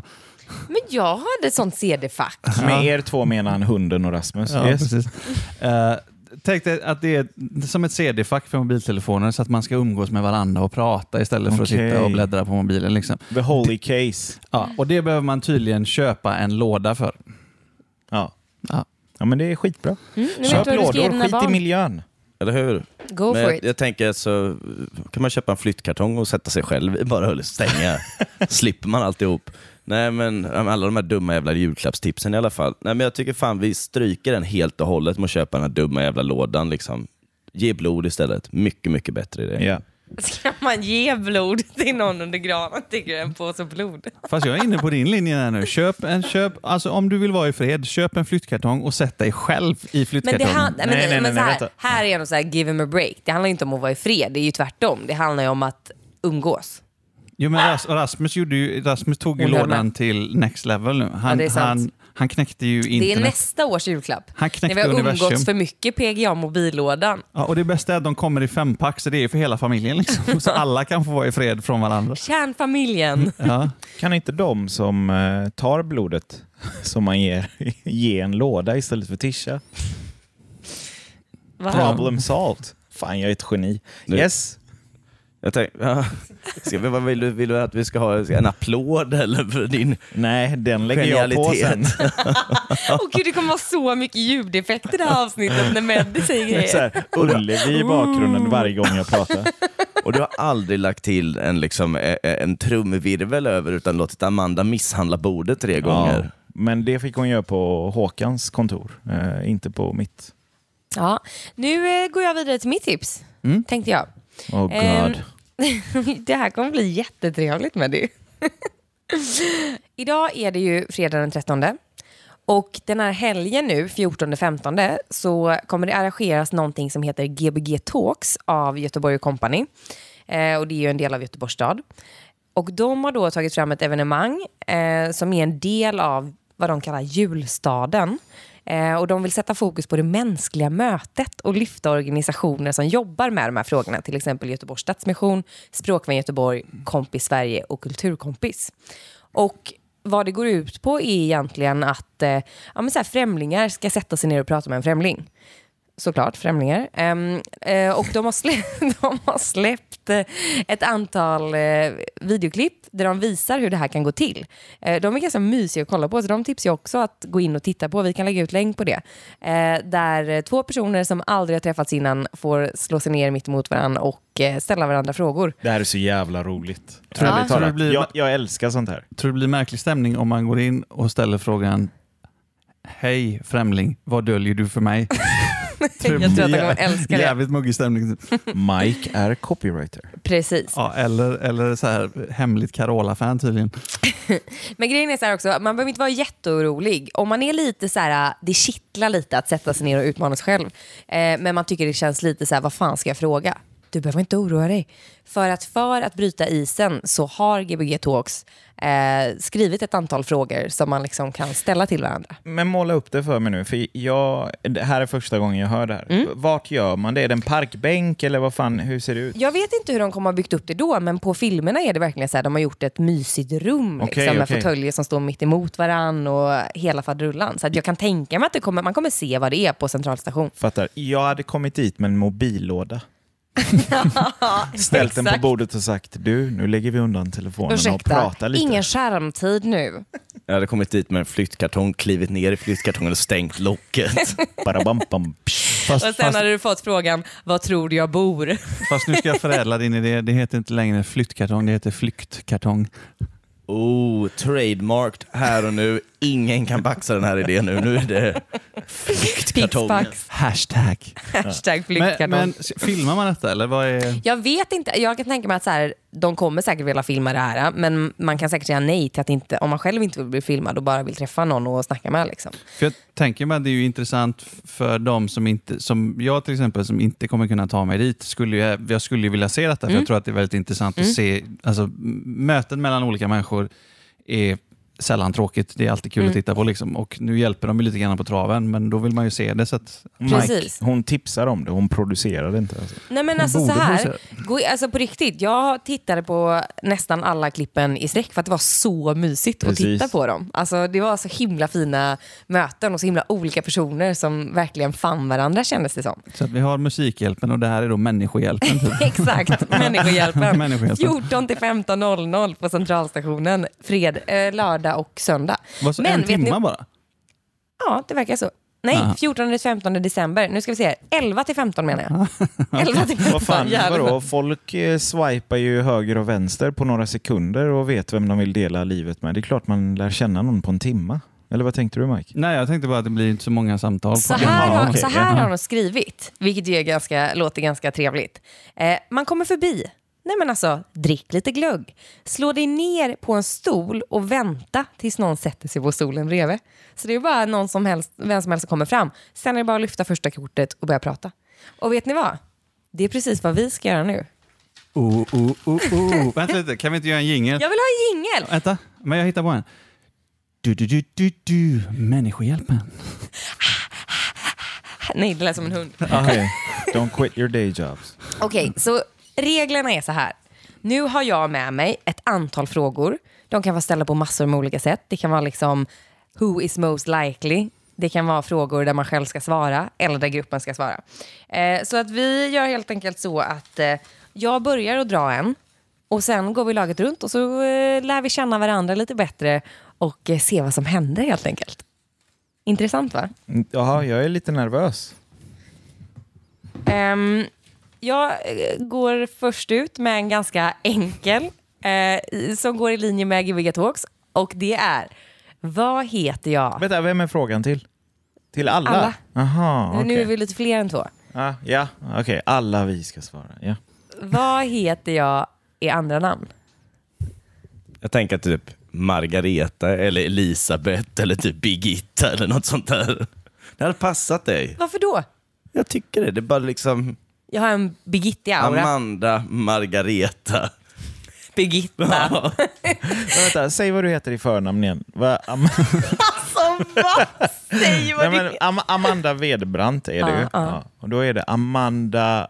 Men jag hade ett sånt CD-fack. Med er två menar han hunden och Rasmus. Ja, yes. precis. Tänk dig att det är som ett CD-fack för mobiltelefoner så att man ska umgås med varandra och prata istället för att sitta och bläddra på mobilen. Liksom. The holy case. Ja, och det behöver man tydligen köpa en låda för. Ja, men det är skitbra. Köp lådor, skit i miljön. Eller hur? Go for it. Jag tänker så kan man köpa en flyttkartong och sätta sig själv i bara och stänga. Slipper man alltihop. Nej, men alla de här dumma jävla julklappstipsen i alla fall. Nej, men jag tycker fan vi stryker den helt och hållet med att köpa den här dumma jävla lådan liksom. Ge blod istället. Mycket, mycket bättre idé. Ja. Ska man ge blod till någon under granen, tycker jag, en påse blod? Fast jag är inne på din linje här nu. Köp, alltså om du vill vara i fred, köp en flyttkartong och sätt dig själv i flyttkartongen. Men här är det så här, give him a break. Det handlar inte om att vara i fred, det är ju tvärtom. Det handlar ju om att umgås. Jo, men Rasmus tog ju lådan till next level nu. Han knäckte ju internet. Det är nästa års julklapp. Han knäckte när vi har universum. umgåtts för mycket PGA mobillådan. Ja, och det bästa är att de kommer i 5-pack, så det är för hela familjen liksom. Så alla kan få vara i fred från varandra. Kärnfamiljen. Ja. Kan inte de som tar blodet som man ger ge en låda istället för tisha? Problem solved. Fan, jag är ett geni. Yes. Jag tänkte, vill du att vi ska ha en applåd eller för din? Nej, den lägger jag på sen. Gud, det kommer vara så mycket ljudeffekter i det här avsnittet när Meddi säger grejer. Så här, Ullevi i bakgrunden varje gång jag pratar. Och du har aldrig lagt till en trumvirvel över utan låtit Amanda misshandla bordet 3 gånger. Men det fick hon göra på Håkans kontor, inte på mitt. Ja, nu går jag vidare till mitt tips, tänkte jag. Oh god. Det här kommer bli jättetrevligt med det. Idag är det ju fredag den 13. Och den här helgen nu, 14-15, så kommer det arrangeras någonting som heter Gbg Talks av Göteborg Company. Och det är ju en del av Göteborgs stad. Och de har då tagit fram ett evenemang som är en del av vad de kallar julstaden. Och de vill sätta fokus på det mänskliga mötet och lyfta organisationer som jobbar med de här frågorna. Till exempel Göteborgs Stadsmission, Språkvän Göteborg, Kompis Sverige och Kulturkompis. Och vad det går ut på är egentligen att så här, främlingar ska sätta sig ner och prata med en främling. Såklart, främlingar. Och de har släppt ett antal videoklipp där de visar hur det här kan gå till. De är ganska mysiga att kolla på, så de tipsar jag också att gå in och titta på. Vi kan lägga ut länk på det. Där 2 personer som aldrig har träffats innan får slå sig ner mitt emot varandra och ställa varandra frågor. Det här är så jävla roligt. Jag älskar sånt här. Tror det blir märklig stämning om man går in och ställer frågan: hej främling, vad döljer du för mig? Jag tror att de kommer älska det. Jävligt muggig stämning. Mike är copywriter. Precis. Ja, eller så här hemligt Carola-fan tydligen. Men grejen är så här också, man behöver inte vara jätteorolig. Om man är lite så här, det kittlar lite att sätta sig ner och utmana sig själv. Men man tycker det känns lite så här, vad fan ska jag fråga? Du behöver inte oroa dig. För att bryta isen så har Gbg Talks skrivit ett antal frågor som man liksom kan ställa till varandra. Men måla upp det för mig nu, för det här är första gången jag hör det här. Vart gör man det? Är det en parkbänk eller vad fan, hur ser det ut? Jag vet inte hur de kommer ha byggt upp det då, men på filmerna är det verkligen så här, de har gjort ett mysigt rum med fåtöljer som står mitt emot varann och hela fadrullan. Så att jag kan tänka mig att man kommer se vad det är på centralstation. Fattar. Jag hade kommit dit med en mobillåda. Ställt den på bordet och sagt: nu lägger vi undan telefonen och pratar lite. Ingen skärmtid nu. Jag hade kommit dit med en flyttkartong, klivit ner i flyttkartongen och stängt locket. Och sen hade du fått frågan: vad tror du jag bor? Fast nu ska jag förädla din idé. Det heter inte längre flyttkartong, det heter flyktkartong. Trademarked här och nu. Ingen kan baxa den här idén nu. Nu är det flyktkartongen. Hashtag flyktkartong. Men filmar man detta eller vad är... Jag vet inte. Jag kan tänka mig att så här, de kommer säkert vilja filma det här, men man kan säkert säga nej till att inte, om man själv inte vill bli filmad och bara vill träffa någon och snacka med liksom. För jag tänker mig att det är ju intressant för de som inte, som jag till exempel, som inte kommer kunna ta mig dit, jag skulle ju vilja se detta, för jag tror att det är väldigt intressant att se, alltså möten mellan olika människor är sällan tråkigt. Det är alltid kul att titta på. Liksom. Och nu hjälper de ju lite grann på traven, men då vill man ju se det. Så att Mike, hon tipsar om det, hon producerar det inte. Alltså. Nej men alltså så här, alltså på riktigt, jag tittade på nästan alla klippen i sträck för att det var så mysigt att titta på dem. Alltså det var så himla fina möten och så himla olika personer som verkligen fann varandra, kändes det som. Så att vi har Musikhjälpen och det här är då Människohjälpen. Typ. Exakt, Människohjälpen. 14 till 15.00 på Centralstationen, lördag och söndag. Var så en timme bara? Ja, det verkar så. Nej, 14-15 december. Nu ska vi se. 11 till 15 menar jag. 11 till 15. Vad fan, vadå? Folk swipar ju höger och vänster på några sekunder och vet vem de vill dela livet med. Det är klart man lär känna någon på en timme. Eller vad tänkte du, Mike? Nej, jag tänkte bara att det blir inte så många samtal. Så här har de skrivit, vilket ju låter ganska trevligt. Man kommer förbi. Nej men alltså, drick lite glögg. Slå dig ner på en stol och vänta tills någon sätter sig på stolen bredvid. Så det är bara vem som helst som kommer fram. Sen är det bara att lyfta första kortet och börja prata. Och vet ni vad? Det är precis vad vi ska göra nu. Vänta lite, kan vi inte göra en jingle? Jag vill ha en jingle! Vänta, men jag hittar på en. Människohjälpen. Nej, det lät som en hund. Okay. Don't quit your day jobs. Okej, så reglerna är så här. Nu har jag med mig ett antal frågor. De kan vara ställda på massor med olika sätt. Det kan vara liksom who is most likely. Det kan vara frågor där man själv ska svara eller där gruppen ska svara. Så att vi gör helt enkelt så att jag börjar att dra en och sen går vi laget runt och så lär vi känna varandra lite bättre och se vad som händer helt enkelt. Intressant, va? Jaha, jag är lite nervös. Jag går först ut med en ganska enkel som går i linje med Gbg Talks. Och det är, vad heter jag? Vänta, vem är frågan till? Till alla? Alla. Aha, okay. Nu är vi lite fler än 2. Ja, okej. Alla vi ska svara. Ja. Vad heter jag i andra namn? Jag tänker typ Margareta eller Elisabeth eller typ Birgitta eller något sånt där. Det hade passat dig. Varför då? Jag tycker det. Det är bara liksom... Jag har en Birgitta-aura. Amanda Margareta. Birgitta. Ja. Vänta, säg vad du heter i förnamn igen. Alltså, vad? Säg vad du heter. Amanda Wedbrandt är det ju. Ja. Och då är det Amanda...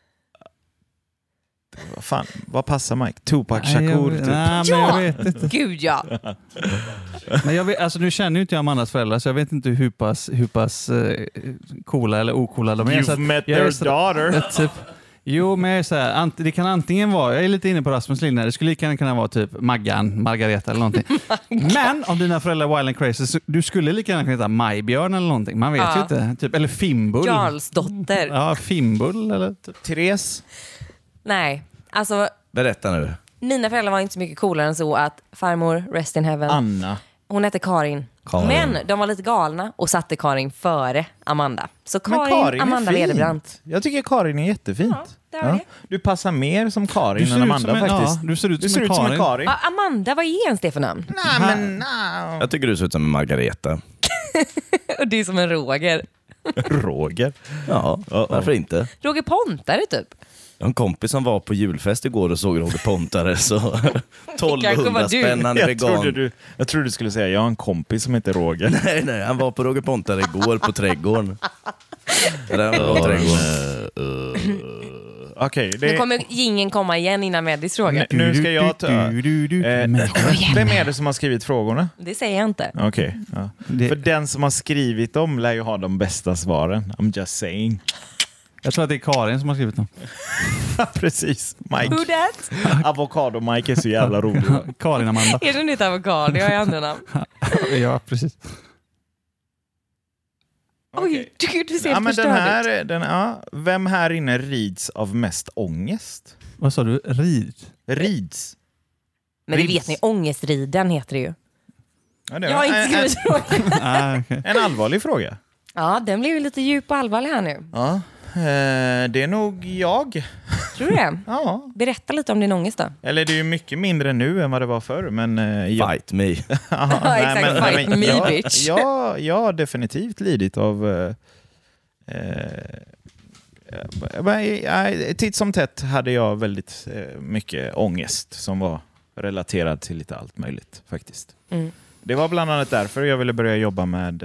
Vad passar Mike? Tupac Shakur typ. Nej, men jag vet inte. Gud, ja. Men jag vet, alltså, nu känner ju inte jag Amandas föräldrar så jag vet inte hur pass coola eller ocoola de är. You've met their daughter. Typ, jo, men jag är så här, det kan antingen vara, jag är lite inne på Rasmus linje, det skulle lika kunna vara typ Maggan, Margareta eller någonting. Men om dina föräldrar är Wild and Crazy, så du skulle lika gärna kunna heta Majbjörn eller någonting. Man vet ju inte. Typ, eller Fimbull. Jarlsdotter. Ja, Fimbull eller typ. Therese. Nej, alltså... Berätta nu. Mina föräldrar var inte så mycket coolare än så att farmor, rest in heaven. Anna. Hon hette Karin. Men de var lite galna och satte Karin före Amanda. Så Karin Amanda Wedbrandt. Jag tycker Karin är jättefint. Ja, det är det. Du passar mer som Karin än Amanda faktiskt. Ja, du ser ut som en Karin. Amanda, vad är ens det för namn? Jag tycker du ser ut som en Margareta. Och du är som en Roger. Roger? Ja, varför inte? Roger Pontare typ. Jag har en kompis som var på julfest igår och såg Roger Pontare, så 1200 spännande vegan. Jag trodde du skulle säga jag har en kompis som heter Roger. Nej, han var på Roger Pontare igår på trädgården. Okej, nu kommer ingen komma igen innan Medis fråga. Nu ska jag ta... Vem är det som har skrivit frågorna? Det säger jag inte. Okej. Ja. För den som har skrivit dem lär ju ha de bästa svaren. I'm just saying. Jag tror att det är Karin som har skrivit dem. Precis, Mike. Who that? Avokado Mike är så jävla rolig. Karin Amanda. Är det nytt avokado? Jag har andra namn. Ja, precis. Oj, du ser förstörd ut. Vem här inne rids av mest ångest? Vad sa du? Rids. Men det vet ni, ångestriden heter det ju. Ja, jag har inte skrivit frågan. En allvarlig fråga. Ja, den blev ju lite djup och allvarlig här nu. Ja, det är nog jag. Tror du det? Ja. Berätta lite om din ångest då. Eller det är ju mycket mindre nu än vad det var förr. Men, fight me. Exakt, fight me bitch. Jag har definitivt lidit av... titt som tätt hade jag väldigt mycket ångest som var relaterad till lite allt möjligt faktiskt. Det var bland annat därför jag ville börja jobba med,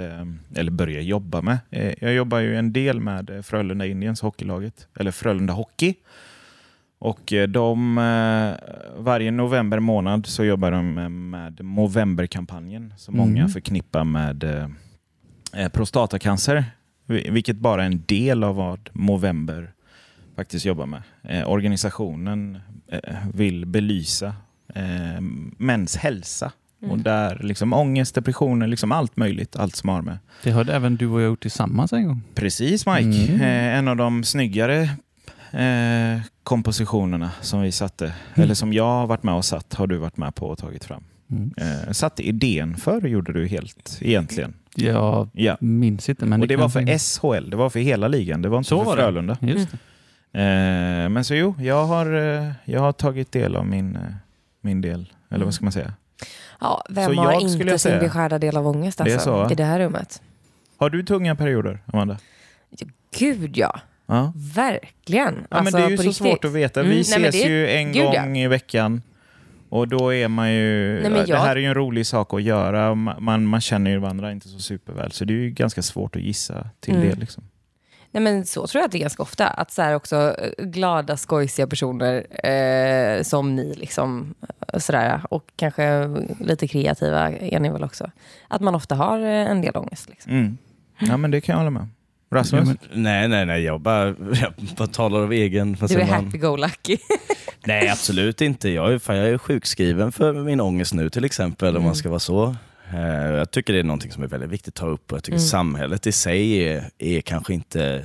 jag jobbar ju en del med Frölunda Indiens hockeylaget, eller Frölunda Hockey. Och varje november månad så jobbar de med Movember-kampanjen som många förknippar med prostatacancer, vilket bara är en del av vad Movember faktiskt jobbar med. Organisationen vill belysa mäns hälsa. Och där liksom ångest, depressioner, liksom allt möjligt, allt som har med. Det hörde även du och jag gjort tillsammans en gång. Precis, Mike. En av de snyggare kompositionerna som vi satte, eller som jag har varit med och satt, har du varit med på och tagit fram. Satte idén för, gjorde du helt egentligen. Jag minns inte. Men och det var för SHL, det var för hela ligan, det var inte så för Frölunda. Just det. Men så jag har tagit del av min del, eller vad ska man säga? Ja, vem har inte sin beskärda del av ångest alltså, i det här rummet? Har du tunga perioder, Amanda? Gud ja. Verkligen. Ja, alltså, men det är ju så svårt att veta. Vi ses ju en gång i veckan. Och då är man ju... Det här är ju en rolig sak att göra. Man känner ju varandra inte så superväl. Så det är ju ganska svårt att gissa till det liksom. Nej, men så tror jag att det är ganska ofta. Att så här också glada, skojsiga personer som ni liksom sådär, och kanske lite kreativa är ni väl också. Att man ofta har en del ångest liksom. Ja, men det kan jag hålla med. Rasmus? Nej. Jag bara talar av egen... Du är happy-go-lucky. Nej, absolut inte. Jag är sjukskriven för min ångest nu till exempel, om man ska vara så. Jag tycker det är någonting som är väldigt viktigt att ta upp. Och jag tycker samhället i sig är kanske inte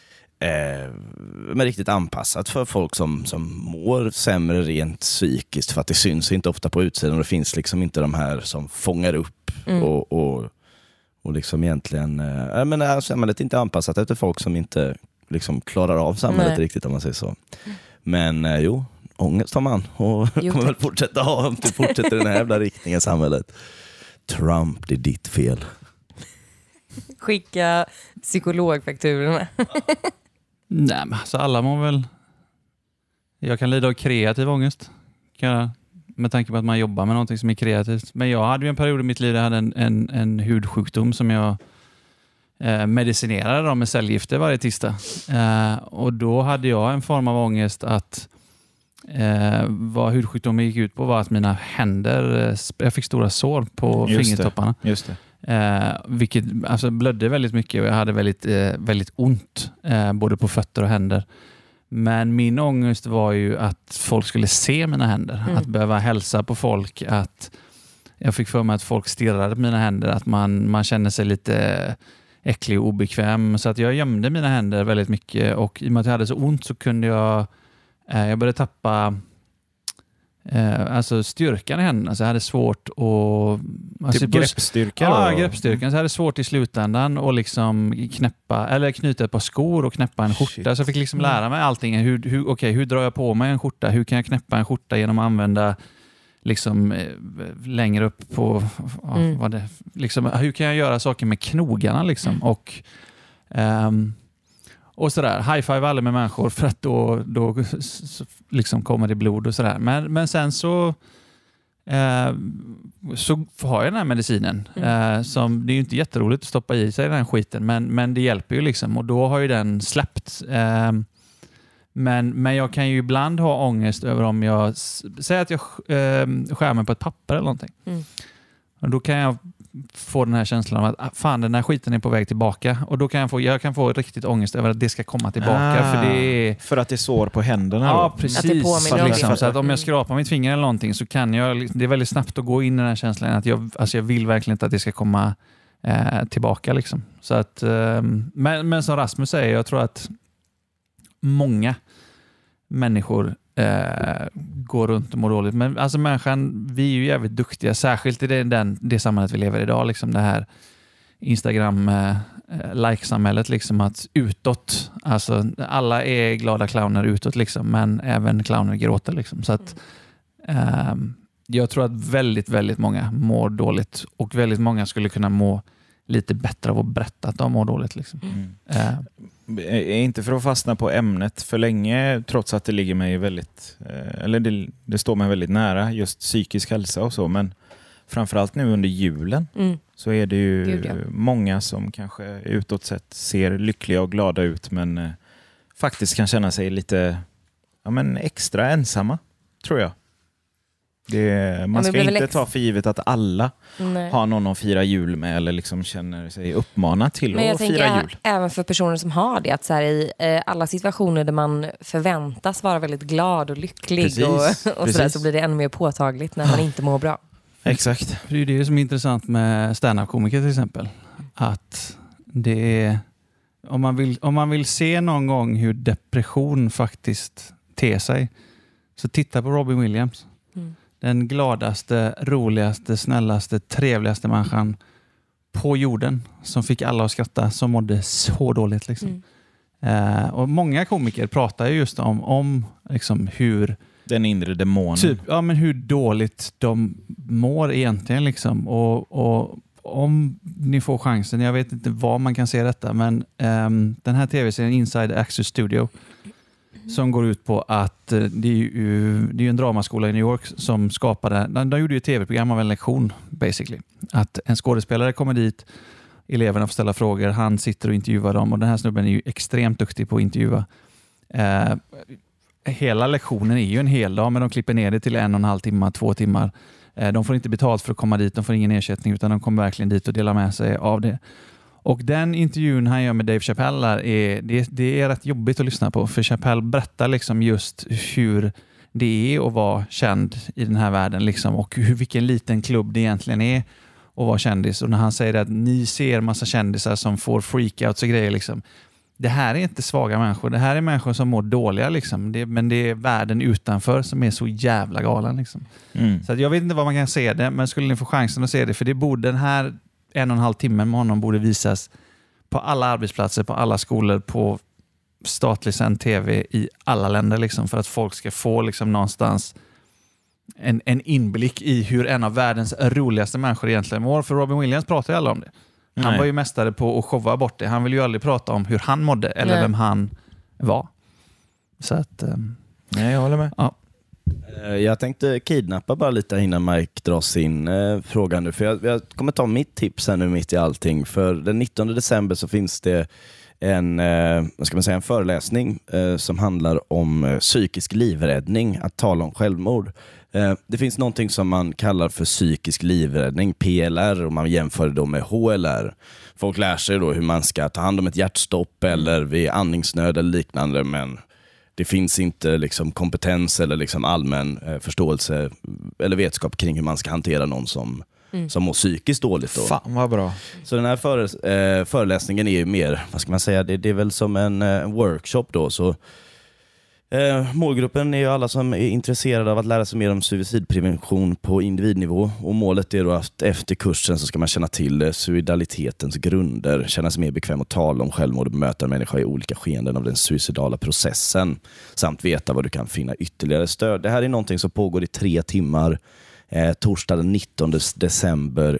men riktigt anpassat för folk som mår sämre rent psykiskt, för att det syns inte ofta på utsidan och det finns liksom inte de här som fångar upp och liksom egentligen samhället är inte anpassat efter folk som inte liksom klarar av samhället riktigt, om man säger så. Men ångest har man och kommer väl fortsätta ha om du fortsätter den här jävla riktningen samhället. Trump, det är ditt fel. Skicka psykologfakturorna. Nej, men så alla må väl... Jag kan lida av kreativ ångest. Med tanke på att man jobbar med någonting som är kreativt. Men jag hade ju en period i mitt liv där jag hade en hudsjukdom som jag medicinerade med cellgifter varje tisdag. Och då hade jag en form av ångest att vad hudsjukdomen gick ut på var att mina händer, jag fick stora sår på fingertopparna. Just det. Vilket alltså blödde väldigt mycket och jag hade väldigt ont både på fötter och händer. Men min ångest var ju att folk skulle se mina händer, att behöva hälsa på folk, att jag fick för mig att folk stirrade på mina händer, att man känner sig lite äcklig och obekväm, så att jag gömde mina händer väldigt mycket, och i och med att jag hade så ont så kunde jag började tappa alltså styrkan i händerna, så jag hade svårt att... Typ greppstyrka? Ja, greppstyrkan. Så jag hade svårt i slutändan att liksom knyta ett par skor och knäppa en skjorta. Så jag fick liksom lära mig allting. Hur drar jag på mig en skjorta? Hur kan jag knäppa en skjorta genom att använda liksom längre upp på hur kan jag göra saker med knogarna liksom, och sådär, high-five alla med människor, för att då liksom kommer det blod och sådär. Men sen så har jag den här medicinen som, det är ju inte jätteroligt att stoppa i sig den här skiten, men det hjälper ju liksom, och då har ju den släppt. Men jag kan ju ibland ha ångest över om jag säger att jag skär mig på ett papper eller någonting. Och då kan jag få den här känslan av att fan, den här skiten är på väg tillbaka, och då kan jag kan få riktigt ångest över att det ska komma tillbaka, för att det är sår på händerna. Ja, precis. Liksom, så att om jag skrapar mitt finger eller någonting så kan jag, det är väldigt snabbt att gå in i den här känslan att jag vill verkligen inte att det ska komma tillbaka liksom. Så att men som Rasmus säger, jag tror att många människor går runt och mår dåligt. Men alltså människan, vi är ju jävligt duktiga, särskilt i det samhället vi lever i idag, liksom det här Instagram like-samhället, liksom, att utåt, alltså alla är glada clowner utåt liksom, men även clowner gråter liksom. Så att jag tror att väldigt, väldigt många mår dåligt, och väldigt många skulle kunna må lite bättre av att berätta att de mår dåligt liksom. Inte för att fastna på ämnet för länge, trots att det ligger mig väldigt det står mig väldigt nära, just psykisk hälsa och så, men framförallt nu under julen så är det ju många som kanske utåt sett ser lyckliga och glada ut men faktiskt kan känna sig lite extra ensamma, tror jag. Man ska inte ta för givet att alla har någon att fira jul med eller liksom känner sig uppmanad till att fira jul. Även för personer som har det, att så här, i alla situationer där man förväntas vara väldigt glad och lycklig och sådär, så blir det ännu mer påtagligt när man inte mår bra. Exakt. Det är det som är intressant med stand-up-komiker till exempel. Att det är, om man vill se någon gång hur depression faktiskt ter sig, så titta på Robin Williams. Den gladaste, roligaste, snällaste, trevligaste människan på jorden som fick alla att skratta, som mådde så dåligt. Liksom. Och många komiker pratar ju just om liksom hur den inre demonen. Men hur dåligt de mår egentligen. Liksom. Och om ni får chansen, jag vet inte vad man kan se detta, men den här tv-serien Inside Access Studio som går ut på att det är ju en dramaskola i New York som skapade, de gjorde ju ett tv-program av en lektion basically. Att en skådespelare kommer dit, eleverna får ställa frågor, han sitter och intervjuar dem och den här snubben är ju extremt duktig på att intervjua. Hela lektionen är ju en hel dag, men de klipper ner det till 1,5 timmar, 2 timmar. De får inte betalt för att komma dit, de får ingen ersättning, utan de kommer verkligen dit och delar med sig av det. Och den intervjun han gör med Dave Chappelle det är rätt jobbigt att lyssna på, för Chappelle berättar liksom just hur det är att vara känd i den här världen liksom, och vilken liten klubb det egentligen är att vara kändis. Och när han säger att ni ser massa kändisar som får freakouts och grejer liksom. Det här är inte svaga människor, det här är människor som mår dåliga liksom. Men det är världen utanför som är så jävla galen liksom. Så att jag vet inte vad man kan se det, men skulle ni få chansen att se det, för det borde den här 1,5 timme med honom borde visas på alla arbetsplatser, på alla skolor, på statlig sänd tv i alla länder liksom, för att folk ska få liksom någonstans en inblick i hur en av världens roligaste människor egentligen mår. För Robin Williams pratar ju alla om det. Han var ju mästare på att showa bort det. Han vill ju aldrig prata om hur han mådde eller vem han var. Så att... Nej, jag håller med. Ja. Jag tänkte kidnappa bara lite innan Mike drar sin fråga nu. För jag kommer ta mitt tips här nu mitt i allting. För den 19 december så finns det en föreläsning som handlar om psykisk livräddning, att tala om självmord. Det finns någonting som man kallar för psykisk livräddning, PLR, och man jämför det då med HLR. Folk lär sig då hur man ska ta hand om ett hjärtstopp eller vid andningsnöd eller liknande, men det finns inte liksom kompetens eller liksom allmän förståelse eller vetskap kring hur man ska hantera någon som mår psykiskt dåligt då. Fan vad bra. Så den här föreläsningen är ju mer, vad ska man säga, det är väl som en workshop då. Så målgruppen är ju alla som är intresserade av att lära sig mer om suicidprevention på individnivå, och målet är då att efter kursen så ska man känna till suicidalitetens grunder, känna sig mer bekväm att tala om självmord och bemöta en människa i olika skeenden av den suicidala processen, samt veta vad du kan finna ytterligare stöd. Det här är någonting som pågår i 3 timmar, torsdag den 19 december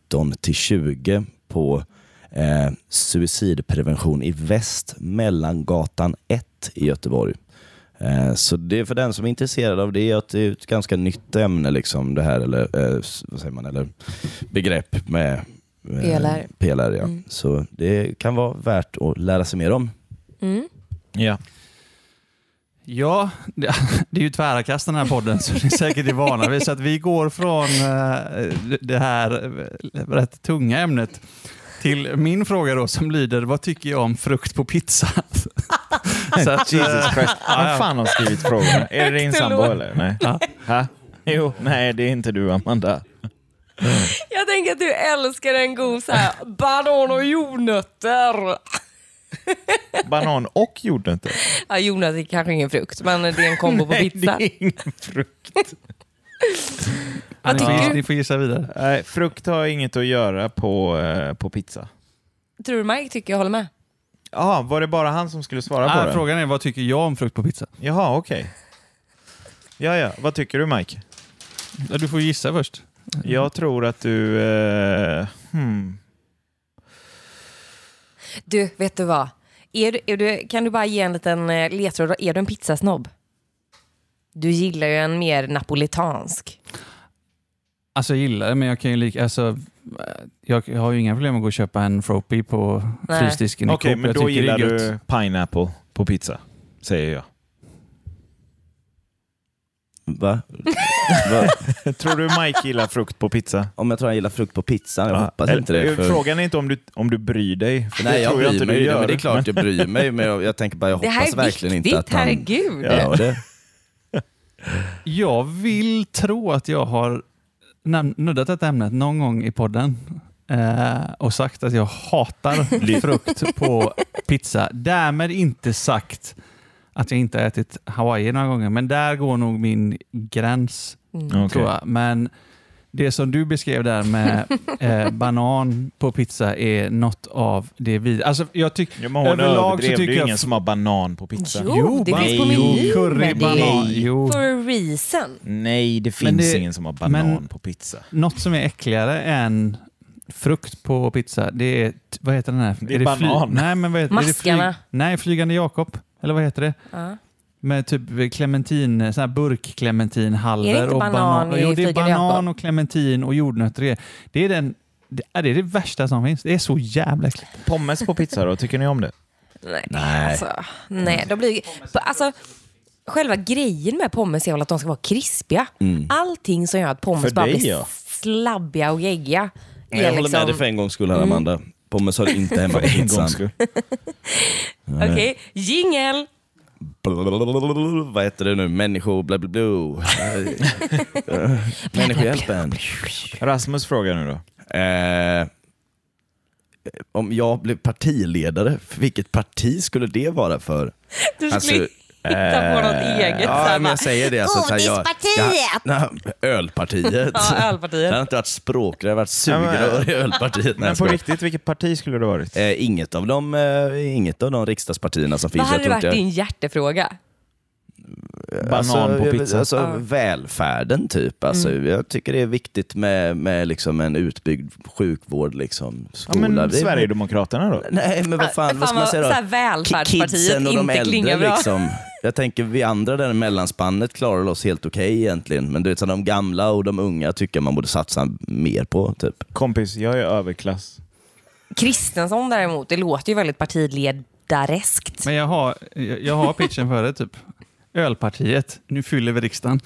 17-20 på suicidprevention i Väst, Mellangatan 1 i Göteborg. Så det är för den som är intresserad av det, att det är ett ganska nytt ämne liksom, det här, eller vad säger man, eller begrepp med PLR, ja. Så det kan vara värt att lära sig mer om. Ja, det är ju tvära kast den här podden, så det är säkert är vana vid. Så att vi går från det här rätt tunga ämnet till min fråga då, som lyder: vad tycker jag om frukt på pizza? Så att, Jesus Christ. Vem fan har skrivit frågorna? Är det din sambo eller? Nej. Ha? Jo, nej, det är inte du, Amanda. Jag tänker att du älskar en god så här banan och jordnötter. Banan och jordnötter? Ja, jordnötter är kanske ingen frukt, men det är en kombo på pizza. Nej, det är ingen frukt. Vad tycker du? Ni får gissa vidare. Nej, frukt har inget att göra på pizza. Tror du Mike tycker jag håller med? Ja, var det bara han som skulle svara på det? Frågan är, vad tycker jag om frukt på pizza? Jaha, okej. Ja, vad tycker du, Mike? Ja, du får gissa först. Jag tror att du... Du, vet du vad? Kan du bara ge en liten ledtråd? Är du en pizzasnobb? Du gillar ju en mer napolitansk. Alltså jag gillar det, men jag kan ju jag har ju inga problem att gå och köpa en Froppy på frysdisken i Coop. Okej, men då gillar du pineapple på pizza, säger jag. Va? Tror du Mike gillar frukt på pizza? Om jag tror han gillar frukt på pizza, jag hoppas inte det. Frågan är inte om du bryr dig. För nej, jag tror bryr inte mig, du gör. men det är klart jag bryr mig. Men jag tänker bara, jag hoppas verkligen viktigt, inte att han gör det. Jag vill tro att jag har nuddat ett ämne någon gång i podden och sagt att jag hatar frukt på pizza. Därmed inte sagt att jag inte har ätit Hawaii några gånger, men där går nog min gräns, tror jag. Men det som du beskrev där med banan på pizza är något av det vi... Alltså jag tycker överlag så tycker jag ingen som har banan på pizza. Jo, det finns på menyn. Curry, banan. Jo. For a reason. Nej, det finns ingen som har banan på pizza. Något som är äckligare än frukt på pizza, det är... Vad heter den här? Det är banan. Nej, men vad heter Maskarna. Nej, Flygande Jakob. Eller vad heter det? Med typ clementin, sån här burk-clementinhalvor och banan. Jo, det är banan och clementin och jordnötter. Det är det värsta som finns. Det är så jävla äckligt. Pommes på pizza då, tycker ni om det? Nej, då blir alltså själva grejen med pommes är väl att de ska vara krispiga. Allting som gör att pommes bara blir slabbiga och geggiga. Jag håller med dig för en gångs skull här, Amanda. Pommes har inte hemma på pizzan. Okej, jingle! Vad heter det nu? Människohjälpen. Rasmus frågar nu då. Om jag blev partiledare, för vilket parti skulle det vara för? Du skulle hitta på något eget. Ja, men jag säger det. Godispartiet! Ölpartiet. Ja, ölpartiet. Jag har inte varit språkrör, jag har varit sugrör i ölpartiet. Men på riktigt, vilket parti skulle det varit? Inget av de riksdagspartierna som finns. Vad hade varit din hjärtefråga? Banan på pizza. Alltså välfärden typ. Alltså, jag tycker det är viktigt med liksom en utbyggd sjukvård, liksom, skola. Ja, men Sverigedemokraterna då? Nej, men vad fan ska man säga då? Välfärdspartiet Kidsen och de inte klingar bra. liksom. Jag tänker vi andra där i mellanspannet klarar oss helt okej egentligen. Men du vet, så de gamla och de unga tycker man borde satsa mer på typ. Kompis, jag är överklass. Kristensson däremot, det låter ju väldigt partiledareskt. Men jag har pitchen för det typ. Ölpartiet, nu fyller vi riksdagen.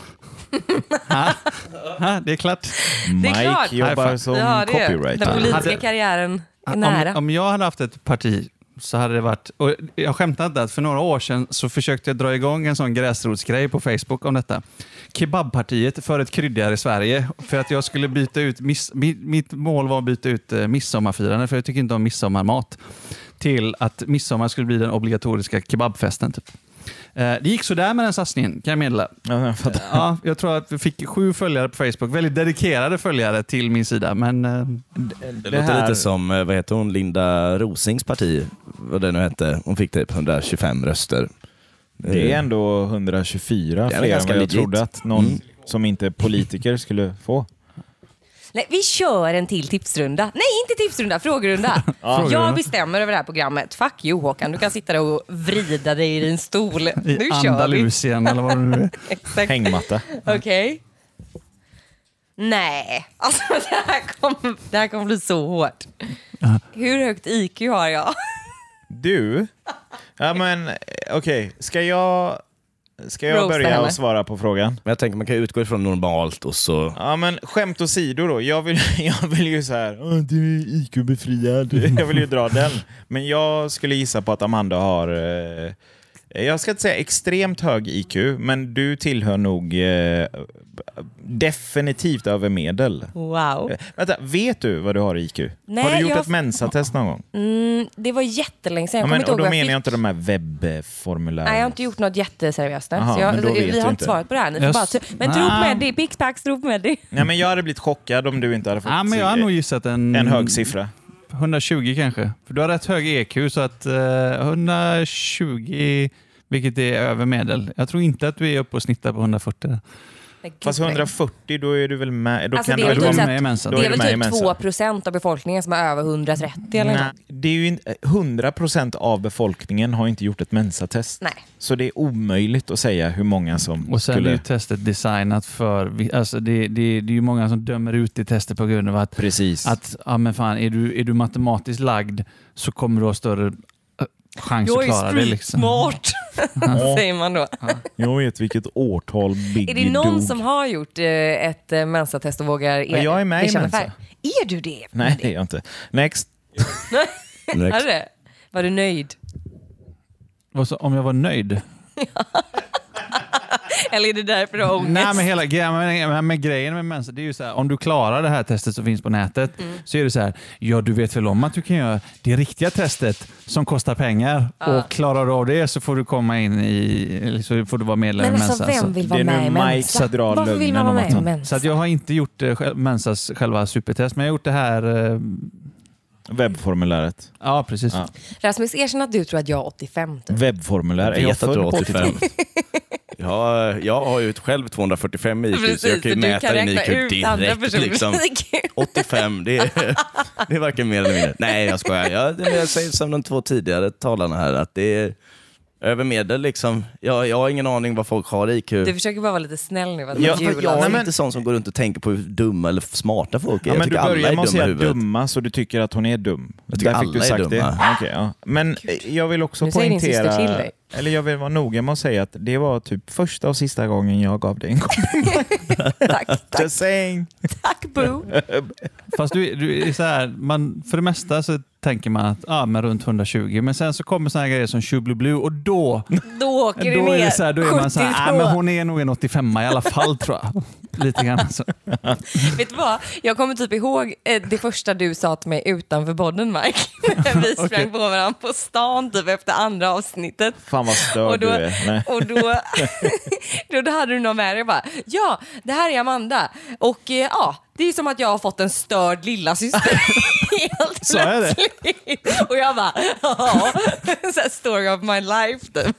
Det är klart. Mike jobbar som copywriter. Den politiska karriären är nära. Om jag hade haft ett parti så hade det varit... Och jag skämtar inte att för några år sedan så försökte jag dra igång en sån gräsrotsgrej på Facebook om detta. Kebabpartiet för ett kryddigare Sverige. För att jag skulle byta ut... Mitt mål var att byta ut midsommarfirande, för jag tycker inte om midsommarmat. Till att midsommar skulle bli den obligatoriska kebabfesten typ. Det gick så där med den satsningen, kan jag meddela. Jag tror att vi fick 7 följare på Facebook. Väldigt dedikerade följare till min sida. Men det låter lite som, vad heter hon, Linda Rosings parti. Vad det nu hette. Hon fick typ 125 röster. Det är ändå 124 fler än vad jag trodde att någon som inte är politiker skulle få. Nej, vi kör en till tipsrunda. Nej, inte tipsrunda, frågerunda. Jag bestämmer över det här programmet. Fuck you, Håkan. Du kan sitta där och vrida dig i din stol. Nu kör Andalusien eller vad det nu är. Exakt. Hängmatta. Okej. Nej, alltså det här kommer bli så hårt. Hur högt IQ har jag? Du? Ja, men okej. Ska jag börja och svara på frågan? Men jag tänker man kan utgå ifrån normalt och så... Ja, men skämt åsido då. Jag vill ju så här, du är IQ-befriad. Jag vill ju dra den. Men jag skulle gissa på att Amanda har... jag ska inte säga extremt hög IQ, men du tillhör nog definitivt över medel. Wow. Vänta, vet du vad du har i IQ? Nej, har du gjort ett mensatest någon gång? Det var jättelänge sedan. Och då menar jag inte de här webbformulären. Nej, jag har inte gjort något jätteseriöst. Vi har inte svarat på det här. Men tro på med det. Pixpax, tro på med det. Nej, men jag hade blivit chockad om du inte hade fått men jag har nog gissat en hög siffra. 120 kanske. För du har rätt hög EQ, så att 120, vilket är över medel. Jag tror inte att du är uppe och snittar på 140. Fast 140, då är du väl med. Då alltså, kan det är du väl med i Mensa. Det är väl typ 2% av befolkningen som är över 130 eller något. Det är ju 100% av befolkningen har inte gjort ett mensatest. Nej. Så det är omöjligt att säga hur många som och sen skulle... är ju testet designat för... Alltså det är ju många som dömer ut i testet på grund av att... Precis. Att men fan, är du matematiskt lagd så kommer du ha större chans att klara det. Liksom. Smart, säger man då. Jag vet vilket årtal Biggie Är det någon dog. som har gjort ett mensatest och vågar jag är med i Mensa. Är du det? Nej, det är jag inte. Next. Är det? Var du nöjd? Om jag var nöjd? Eller är det därför du har ångest? Nej, men hela grejen med Mensa, det är ju så här, om du klarar det här testet som finns på nätet så är det så här, ja du vet väl om att du kan göra det riktiga testet som kostar pengar och klarar du av det så får du komma in i, så får du vara medlem i Mensa. Men alltså vem vill vara med i Mensa? Varför vill man vara med i Mensa? Så att jag har inte gjort Mensas själva supertest, men jag har gjort det här... Webbformuläret. Ja, precis. Ja. Rasmus, erkänn att du tror att jag är 85. Typ. Webbformulär. Jag vet att du är 85. Jag har ju själv 245 IQ, så jag kan ju mäta din IQ direkt. Liksom. 85, det är varken mer eller mindre. Nej, jag skojar. Jag säger som de 2 tidigare talarna här, att det är över medel liksom. Jag har ingen aning vad folk har IQ. Du försöker bara vara lite snäll nu. Jag är inte sån som går runt och tänker på hur dumma eller smarta folk är. Ja, men du börjar med att säga huvudet. dumma, så du tycker att hon är dum. Jag tycker alla är dumma. Okay, ja. Men jag vill också nu poängtera, eller jag vill vara noga med att säga att det var typ första och sista gången jag gav dig en komplimang. Tack. Just saying. Tack, boo. Fast du är så här, för det mesta så tänker man att men runt 120, men sen så kommer såna här grejer som Tjublublu och då åker det ner. Är det så här, då är man så här, men hon är nog en 85 i alla fall tror jag. Lite grann så. Vet du vad? Jag kommer typ ihåg det första du sa till mig utanför podden, Mike. Vi sprang på varandra på stan typ efter andra avsnittet. Fan vad störd du är. Nej. Och då hade du någon med dig och bara, ja, det här är Amanda. Och det är som att jag har fått en störd lilla syster. Helt så är det. Och jag bara, så här, story of my life typ.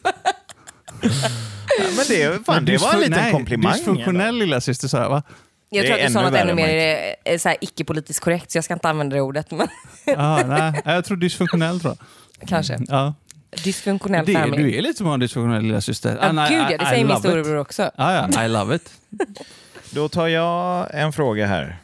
Ja, men det var en liten komplimang. Dysfunktionell lilla syster så här, va? Jag tror att du sa något ännu mer så här, icke-politiskt korrekt, så jag ska inte använda det ordet. Men... nej, jag tror dysfunktionell tror jag. Kanske. Ja. Dysfunktionell familj. Du är lite som en dysfunktionell lilla syster. Gud, det säger min storebror också. Ja, I love it. Då tar jag en fråga här.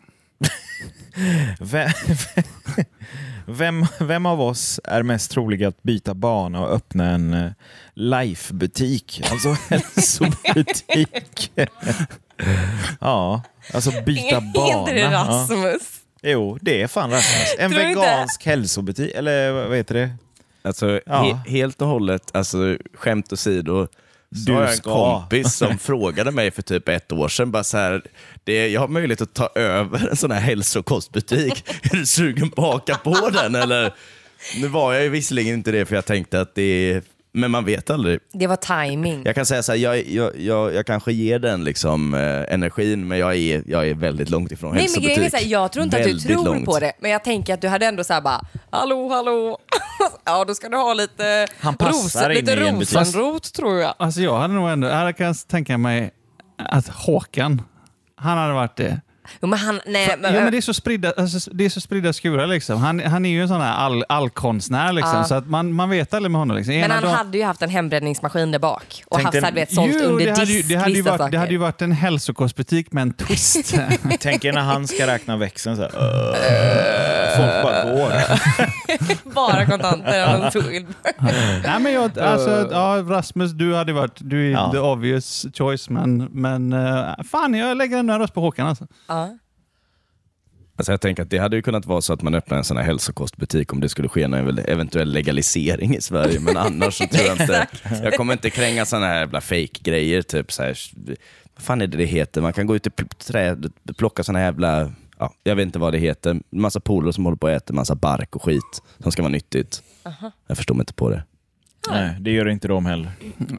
Vem av oss är mest trolig att byta bana och öppna en life-butik? Alltså hälsobutik. Ja, alltså byta bana. Är inte det Rasmus? Ja. Jo, det är fan Rasmus. En vegansk hälsobutik, eller vad heter det? Alltså helt och hållet, alltså skämt åsido. Du har en kompis som frågade mig för typ 1 år sedan, bara så här, jag har möjlighet att ta över en sån här hälsokostbutik. Är du sugen på att haka på den? Eller, nu var jag ju visserligen inte det, för jag tänkte att det är, men man vet aldrig. Det var timing. Jag kan säga så här, jag kanske ger den liksom energin, men jag är väldigt långt ifrån hälsobutik. Nej, men grejen är så här, jag tror inte väldigt att du tror långt på det, men jag tänker att du hade ändå så här bara, hallå. Ja, då ska du ha lite rosenrot, tror jag. Alltså jag hade nog ändå, jag kan tänka mig att Håkan, han hade varit det. Jo, men han, nej, men det är så spridda skurar liksom. Han är ju en sån här allkonstnär liksom, så att man vet aldrig med honom liksom. Men han hade ju haft en hembränningsmaskin där bak och haft sålt under disk. Det hade ju varit en hälsokostbutik med en twist. Tänk när han ska räkna växeln så här. Folk bara går. Bara kontanter. Nej, men Rasmus, du är the obvious choice, men fan, jag lägger en röst på Håkan alltså. Alltså jag tänker att det hade ju kunnat vara så att man öppnar en sån här hälsokostbutik om det skulle ske en eventuell legalisering i Sverige, men annars så tror jag inte, jag kommer inte kränga såna här jävla fake-grejer typ så här, vad fan är det heter, man kan gå ut i träd, plocka såna här jävla, jag vet inte vad det heter, massa polare som håller på att äta massa bark och skit som ska vara nyttigt. Jag förstår mig inte på det. Nej, det gör inte de heller.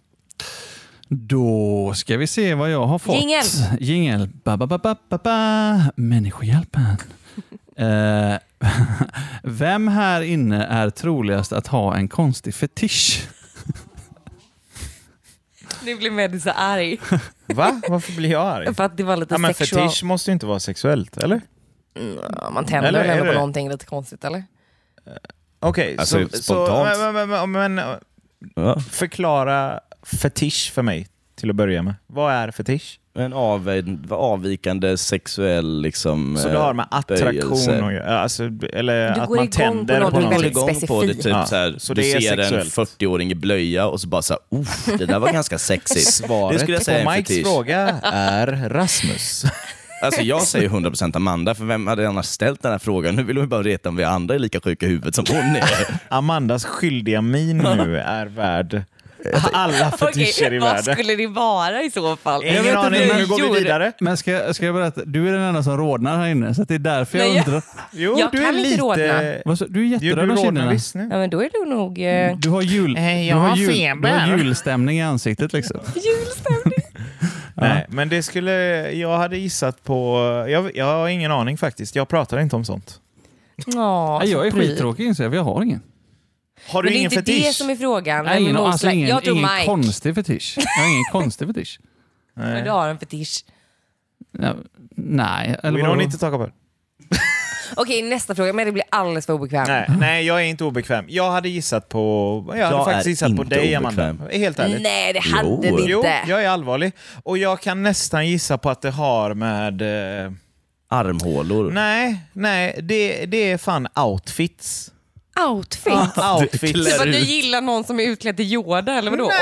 Då ska vi se vad jag har fått. Jingel. Människohjälpen. Vem här inne är troligast att ha en konstig fetisch? Nu blir Mehdi så arg. Va? Varför blir jag arg? För att det var lite men sexual. fetisch måste ju inte vara sexuellt, eller? Man tänder väl ändå på någonting lite konstigt, eller? Okej, alltså, så förklara fetisch för mig till att börja med. Vad är fetisch? En avvikande sexuell liksom, så det har med attraktion och, alltså, eller att man tänder på någonting. Du går igång på det, typ ja. så här, Så du det är ser sexuellt. en 40-åring i blöja och så bara så här, det där var ganska sexigt. Svaret det skulle jag säga på Mikes fetisch. fråga är Rasmus. Alltså jag säger 100% Amanda, för vem hade annars ställt den här frågan? Nu vill hon bara reta om vi andra är lika sjuka i huvudet som hon är. Amandas skyldiga min nu är värd alla fetischer i världen. Vad skulle det vara i så fall? Ingen aning, nu går vi vidare. Men ska jag berätta, du är den enda som rodnar här inne, så det är därför jag undrar. Jo, jag du kan är inte lite... rodna. Du är jätteröd om kinderna. Ja, men då är det nog... Du har julstämning i ansiktet liksom. Julstämning? Nej, men det skulle... Jag hade gissat på... Jag har ingen aning faktiskt. Jag pratar inte om sånt. Jag är skittråkig, så jag har ingen. Har du ingen fetisch? Men det är inte det som är frågan. Nej, jag tror ingen Mike. Konstig fetisch. Jag har ingen konstig fetisch. Men du har en fetisch. Ja, nej. We don't need to talk about. Okej, nästa fråga. Men det blir alldeles för obekväm. Nej, jag är inte obekväm. Jag hade gissat på... Jag hade faktiskt gissat på dig, Amanda. Helt ärligt. Nej, det hade vi inte. Jo, jag är allvarlig. Och jag kan nästan gissa på att det har med... Armhålor. Nej, det är fan outfits. Outfit? Outfits. Det var du gillar någon som är utklädd till Yoda, eller vadå?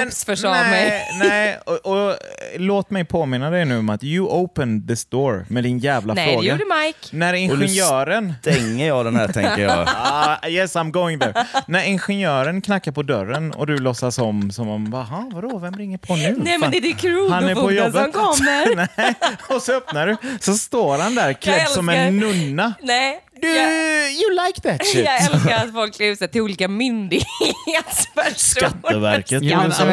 Nej, och låt mig påminna dig nu om att you opened this door med din jävla fråga. Nej, det gjorde Mike. När ingenjören... Stänger jag den här, tänker jag. Yes, I'm going there. När ingenjören knackar på dörren och du låtsas som om, vadå, vem ringer på nu? Nej, men det är Han är på jobbet som kommer. Nej, och så öppnar du, så står han där klädd som en nunna. Nej. You like that shit. Jag älskar att folk klär sig till olika myndighetspersoner. Skatteverket.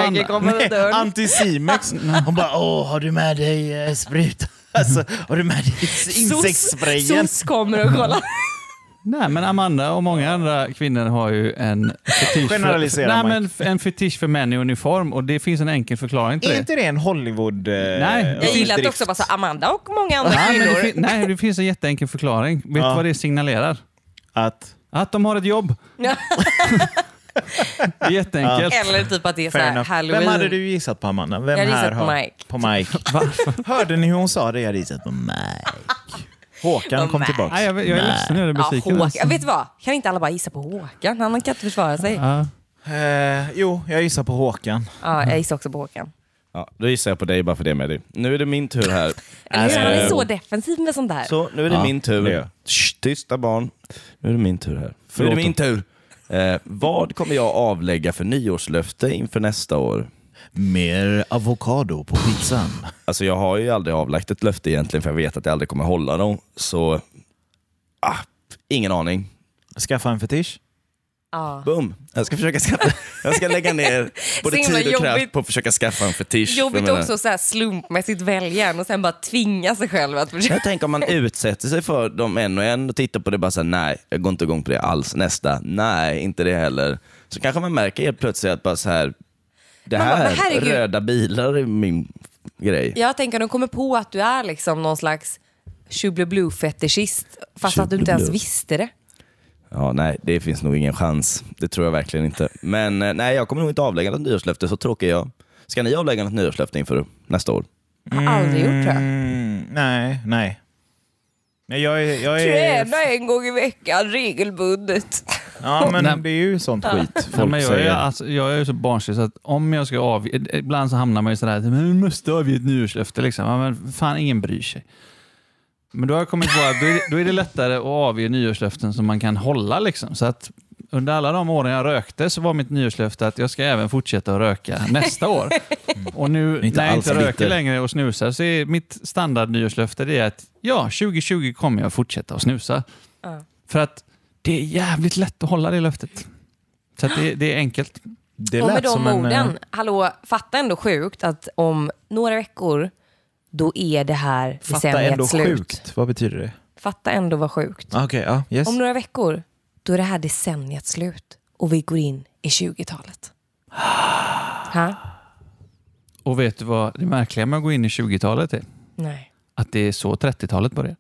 Anticimex. Hon bara, har du med dig spruta? Alltså, har du med dig insektssprayen? SOS kommer och kollar. Nej, men Amanda och många andra kvinnor har ju en fetisch en fetisch för män i uniform, och det finns en enkel förklaring till det. Är inte det en Hollywood Nej, jag gillar att också bara Amanda och många andra kvinnor. Nej, det finns en jätteenkel förklaring. Vet du vad det signalerar? Att de har ett jobb. Det är jätteenkelt. Eller typ att det är så här Halloween. Vem hade du gissat på, Amanda? Jag hade gissat på Mike. På Mike. Hörde ni hur hon sa det? Jag hade gissat på Mike. Håkan kom tillbaka. Nej, jag är ledsen, jag är besviken. Vet du vad? Kan inte alla bara gissa på Håkan? Han kan inte försvara sig. Jo, jag gissar på Håkan. Ja, jag gissar också på Håkan. Ja, då gissar jag på dig bara för det med dig. Nu är det min tur här. Han är så defensiv med sånt där. Så, nu är det min tur. Tysta barn. Nu är det min tur här. Nu är det min tur. Vad kommer jag avlägga för nyårslöfte inför nästa år? Mer avokado på pizzan. Alltså jag har ju aldrig avlagt ett löfte egentligen, för jag vet att jag aldrig kommer hålla dem. Så, ingen aning. Skaffa en fetisch? Boom. Jag ska lägga ner både tid och kraft på att försöka skaffa en fetisch. Jobbigt också så här slumpmässigt välja och sen bara tvinga sig själv att försöka. Jag tänker om man utsätter sig för dem en och en och tittar på det bara så här, nej, jag går inte igång på det alls. Nästa, nej, inte det heller. Så kanske man märker helt plötsligt att bara så här, röda bilar är min grej. Jag tänker att de kommer på att du är liksom någon slags Shublu-fetischist fast att du inte ens visste det. Ja, nej, det finns nog ingen chans. Det tror jag verkligen inte. Men nej, jag kommer nog inte avlägga något nyårslöfte, så tråkig jag. Ska ni avlägga något nyårslöfte inför nästa år? Jag har aldrig gjort det. Nej. Träna en gång i veckan regelbundet. Ja, men det är ju sånt skit. Jag är ju så barnslig så att om jag ska ibland så hamnar man ju sådär, men du måste avge ett nyårslöfte liksom. Ja, men fan, ingen bryr sig. Men då har jag kommit på att då är det lättare att avge nyårslöften som man kan hålla liksom. Så att under alla de åren jag rökte så var mitt nyårslöfte att jag ska även fortsätta att röka nästa år. Och nu när jag inte röker längre och snusar, så är mitt standard nyårslöfte det är att 2020 kommer jag fortsätta att snusa. För att det är jävligt lätt att hålla det löftet. Så att det är enkelt. Det och med de orden, fatta ändå sjukt att om några veckor då är det här decenniet slut. Sjukt. Vad betyder det? Fatta ändå vad sjukt. Okay, yes. Om några veckor då är det här decenniet slut och vi går in i 20-talet. Och vet du vad det märkliga med att gå in i 20-talet är? Nej. Att det är så 30-talet börjar.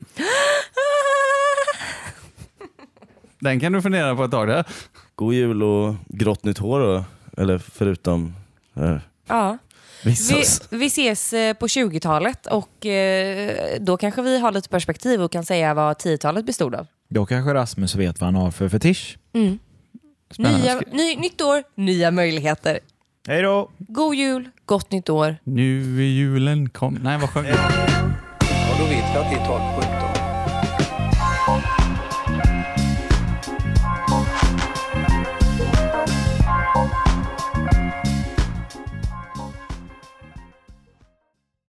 Den kan du fundera på ett tag där. God jul och grått nytt hår då? Eller förutom... Ja. Vi ses på 20-talet och då kanske vi har lite perspektiv och kan säga vad 10-talet bestod av. Då kanske Rasmus vet vad han har för fetisch. Nytt år, nya möjligheter. Hej då! God jul, gott nytt år. Nu är julen kom. Nej, vad sjöng du? Ja, då vet vi att det är 12-17.